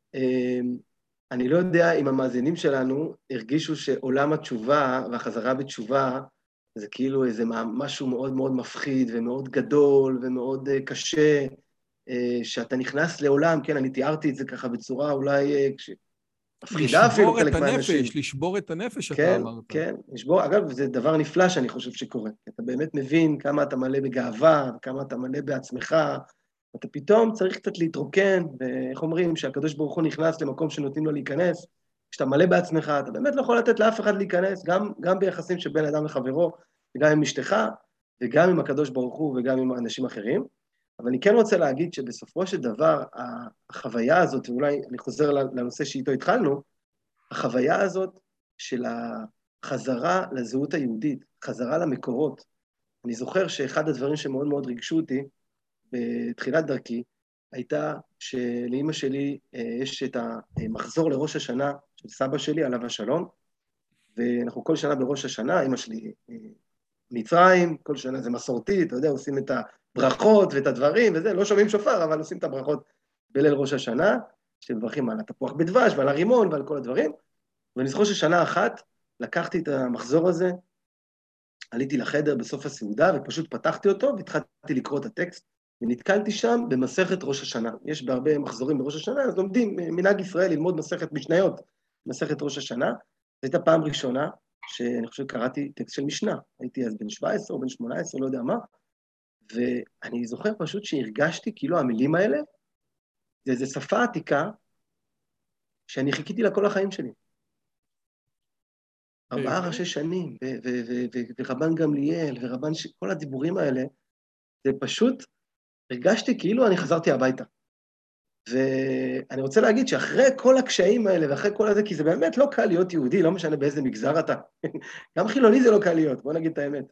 אני לא יודע אם המאזינים שלנו הרגישו שעולם התשובה והחזרה בתשובה זה כאילו איזה משהו מאוד מאוד מפחיד ומאוד גדול ומאוד קשה, שאתה נכנס לעולם, כן, אני תיארתי את זה ככה בצורה אולי מפחידה אפילו חלק מהאנשים. לשבור את הנפש, כן, אתה אמרת. כן, לשבור, אגב, זה דבר נפלא שאני חושב שקורה. אתה באמת מבין כמה אתה מלא בגאווה, כמה אתה מלא בעצמך, אתה פתאום צריך קצת להתרוקן, ואיך אומרים, שהקדוש ברוך הוא נכנס למקום שנותנים לו להיכנס, כשאתה מלא בעצמך, אתה באמת לא יכול לתת לאף אחד להיכנס, גם, גם ביחסים שבין אדם לחברו, וגם עם אשתך, וגם עם הקדוש ברוך הוא, וגם עם אנשים אחרים. אבל אני כן רוצה להגיד שבסופו של דבר, החוויה הזאת, ואולי אני חוזר לנושא שאיתו התחלנו, החוויה הזאת של החזרה לזהות היהודית, חזרה למקורות. אני זוכר שאחד הדברים שמאוד מאוד ריגשו אותי, בתחילת דרכי, הייתה שלאמא שלי יש את המחזור לראש השנה של סבא שלי, עליו השלום, ואנחנו כל שנה בראש השנה, אמא שלי מצרים, כל שנה זה מסורתי, אתה יודע, עושים את הברכות ואת הדברים וזה, לא שומעים שופר, אבל עושים את הברכות בליל ראש השנה, שמברכים על התפוח בדבש ועל הרימון ועל כל הדברים, ואני זוכר ששנה אחת לקחתי את המחזור הזה, עליתי לחדר בסוף הסעודה ופשוט פתחתי אותו והתחלתי לקרוא את הטקסט, ונתקלתי שם במסכת ראש השנה. יש בהרבה מחזורים בראש השנה, אז לומדים מנהג ישראל ללמוד מסכת משניות, מסכת ראש השנה. זו הייתה פעם ראשונה שאני חושב קראתי טקסט של משנה. הייתי אז בן שבע עשרה או בן שמונה עשרה, לא יודע מה, ואני זוכר פשוט שהרגשתי כאילו המילים האלה, זה איזו שפה עתיקה שאני חיכיתי לה כל החיים שלי. ארבעה ראשי שנים, ורבן גמליאל, ורבן, כל הדיבורים האלה, זה פשוט, הרגשתי כאילו אני חזרתי הביתה. ואני רוצה להגיד שאחרי כל הקשיים האלה, ואחרי כל הזה, כי זה באמת לא קל להיות יהודי, לא משנה באיזה מגזר אתה. גם חילוני זה לא קל להיות, בוא נגיד את האמת.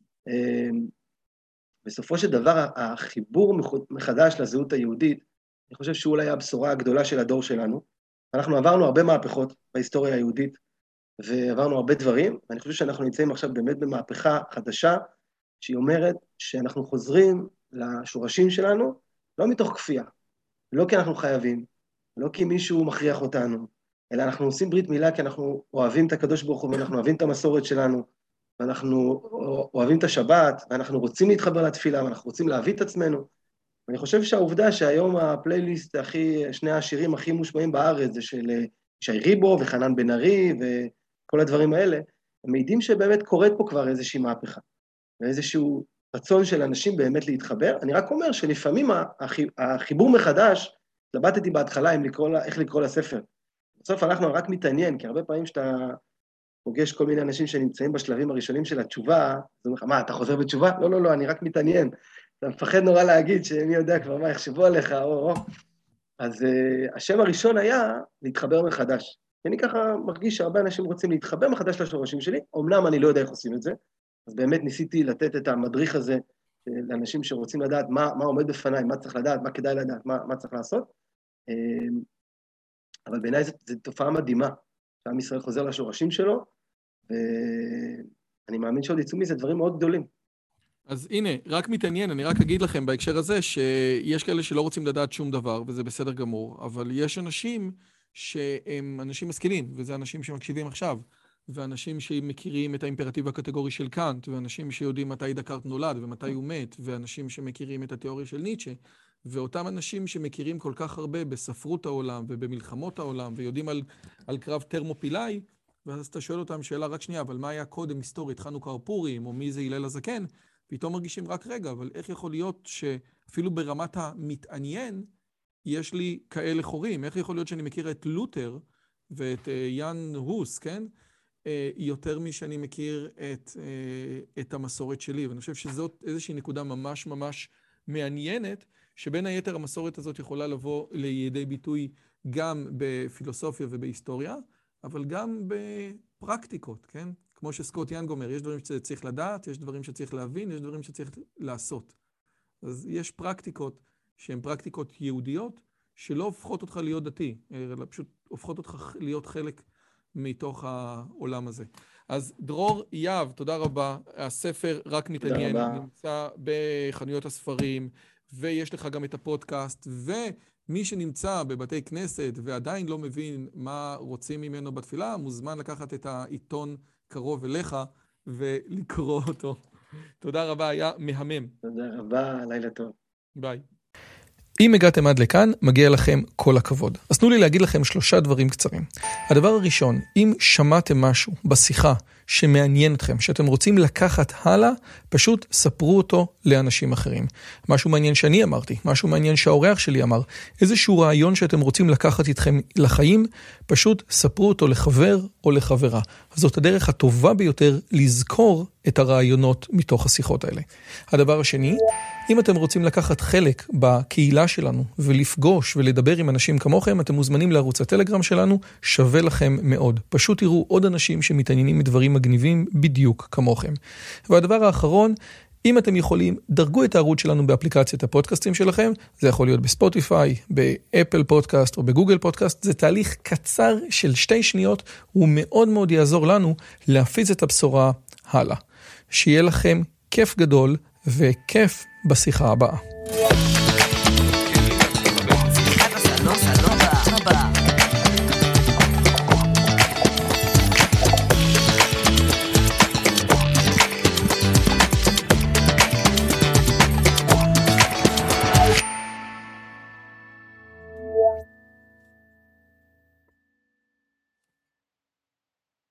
בסופו של דבר, החיבור מחדש לזהות היהודית, אני חושב שהוא אולי הבשורה הגדולה של הדור שלנו. אנחנו עברנו הרבה מהפכות בהיסטוריה היהודית, ועברנו הרבה דברים, ואני חושב שאנחנו נמצאים עכשיו באמת במהפכה חדשה, שהיא אומרת שאנחנו חוזרים לשורשים שלנו, לא מתוך כפייה, לא כי אנחנו חייבים, לא כי מישהו מכריח אותנו, אלא אנחנו עושים ברית מילה כי אנחנו אוהבים את הקדוש ברוך הוא, ואנחנו אוהבים את המסורת שלנו, ואנחנו אוהבים את השבת, ואנחנו רוצים להתחבר לתפילה, ואנחנו רוצים להביא את עצמנו. ואני חושב שהעובדה שהיום הפלייליסט הכי, שני השירים הכי מושמעים בארץ, זה של שי ריבו וחנן בן ארי, וכל הדברים האלה, הם מעידים שבאמת קורית פה כבר איזושהי מהפכה, ואיזשהו רצון של אנשים באמת להתחבר. אני רק אומר שלפעמים החיבור מחדש, התלבטתי בהתחלה לקרוא, איך לקרוא לספר. בסוף אנחנו רק מתעניין, כי הרבה פעמים שאתה פוגש כל מיני אנשים שנמצאים בשלבים הראשונים של התשובה, אז הוא אומר, מה, אתה חוזר בתשובה? לא, לא, לא, אני רק מתעניין. אתה מפחד נורא להגיד שמי יודע כבר מה, יחשבו עליך, או, או. אז uh, השם הראשון היה להתחבר מחדש. אני ככה מרגיש שהרבה אנשים רוצים להתחבר מחדש לשורשים שלי, אמנם אני לא יודע איך עושים את זה, אז באמת ניסיתי לתת את המדריך הזה לאנשים שרוצים לדעת מה, מה עומד בפניי, מה צריך לדעת, מה כדאי לדעת, מה, מה צריך לעשות. אבל בעיניי זו, זו תופעה מדהימה, שעם ישראל חוזר לשורשים שלו, ואני מאמין שעוד יצאו מזה דברים מאוד גדולים. אז הנה, רק מתעניין, אני רק אגיד לכם בהקשר הזה, שיש כאלה שלא רוצים לדעת שום דבר, וזה בסדר גמור, אבל יש אנשים שהם אנשים משכילים, וזה אנשים שמקשיבים עכשיו, ואנשים שמכירים את האימפרטיב הקטגורי של קאנט, ואנשים שיודעים מתי דקארט נולד ומתי הוא מת, ואנשים שמכירים את התיאוריה של ניטשה, ואותם אנשים שמכירים כל כך הרבה בספרות העולם ובמלחמות העולם, ויודעים על, על קרב תרמופילאי, ואז אתה שואל אותם שאלה רק שנייה, אבל מה היה קודם היסטורית, חנוכה או פורים, או מי זה הלל הזקן, פתאום מרגישים רק רגע, אבל איך יכול להיות שאפילו ברמת המתעניין, יש לי כאלה חורים? איך יכול להיות שאני מכיר את לותר ואת יאן הוס, כן? יותר משאני מכיר את, את המסורת שלי, ואני חושב שזאת איזושהי נקודה ממש ממש מעניינת, שבין היתר המסורת הזאת יכולה לבוא לידי ביטוי גם בפילוסופיה ובהיסטוריה, אבל גם בפרקטיקות, כן? כמו שסקוט יאנג אומר, יש דברים שצריך לדעת, יש דברים שצריך להבין, יש דברים שצריך לעשות. אז יש פרקטיקות שהן פרקטיקות יהודיות, שלא הופכות אותך להיות דתי, אלא פשוט הופכות אותך להיות חלק מתוך העולם הזה. אז דרור יהב, תודה רבה. הספר רק מתעניין, נמצא בחנויות הספרים, ויש לך גם את הפודקאסט, ומי שנמצא בבתי כנסת ועדיין לא מבין מה רוצים ממנו בתפילה, מוזמן לקחת את העיתון קרוב אליך ולקרוא אותו. תודה רבה, היה מהמם. תודה רבה, לילה טוב. ביי. אם הגעתם עד לכאן, מגיע לכם כל הכבוד. אז תנו לי להגיד לכם שלושה דברים קצרים. הדבר הראשון, אם שמעתם משהו בשיחה שמעניין אתכם, שאתם רוצים לקחת הלאה, פשוט ספרו אותו לאנשים אחרים. משהו מעניין שאני אמרתי, משהו מעניין שהאורח שלי אמר, איזשהו רעיון שאתם רוצים לקחת איתכם לחיים, פשוט ספרו אותו לחבר או לחברה. זאת הדרך הטובה ביותר לזכור את הרעיונות מתוך השיחות האלה. הדבר השני, אם אתם רוצים לקחת חלק בקהילה שלנו ולפגוש ולדבר עם אנשים כמוכם, אתם מוזמנים לערוץ הטלגרם שלנו, שווה לכם מאוד. פשוט תראו עוד אנשים שמתעניינים מדברים מגניבים בדיוק כמוכם. והדבר האחרון, אם אתם יכולים, דרגו את הערוץ שלנו באפליקציית הפודקאסטים שלכם, זה יכול להיות בספוטיפיי, באפל פודקאסט או בגוגל פודקאסט, זה תהליך קצר של שתי שניות, הוא מאוד מאוד יעזור לנו להפיץ את הבשורה הלאה. שיהיה לכם כיף גדול וכיף בשיחה הבאה.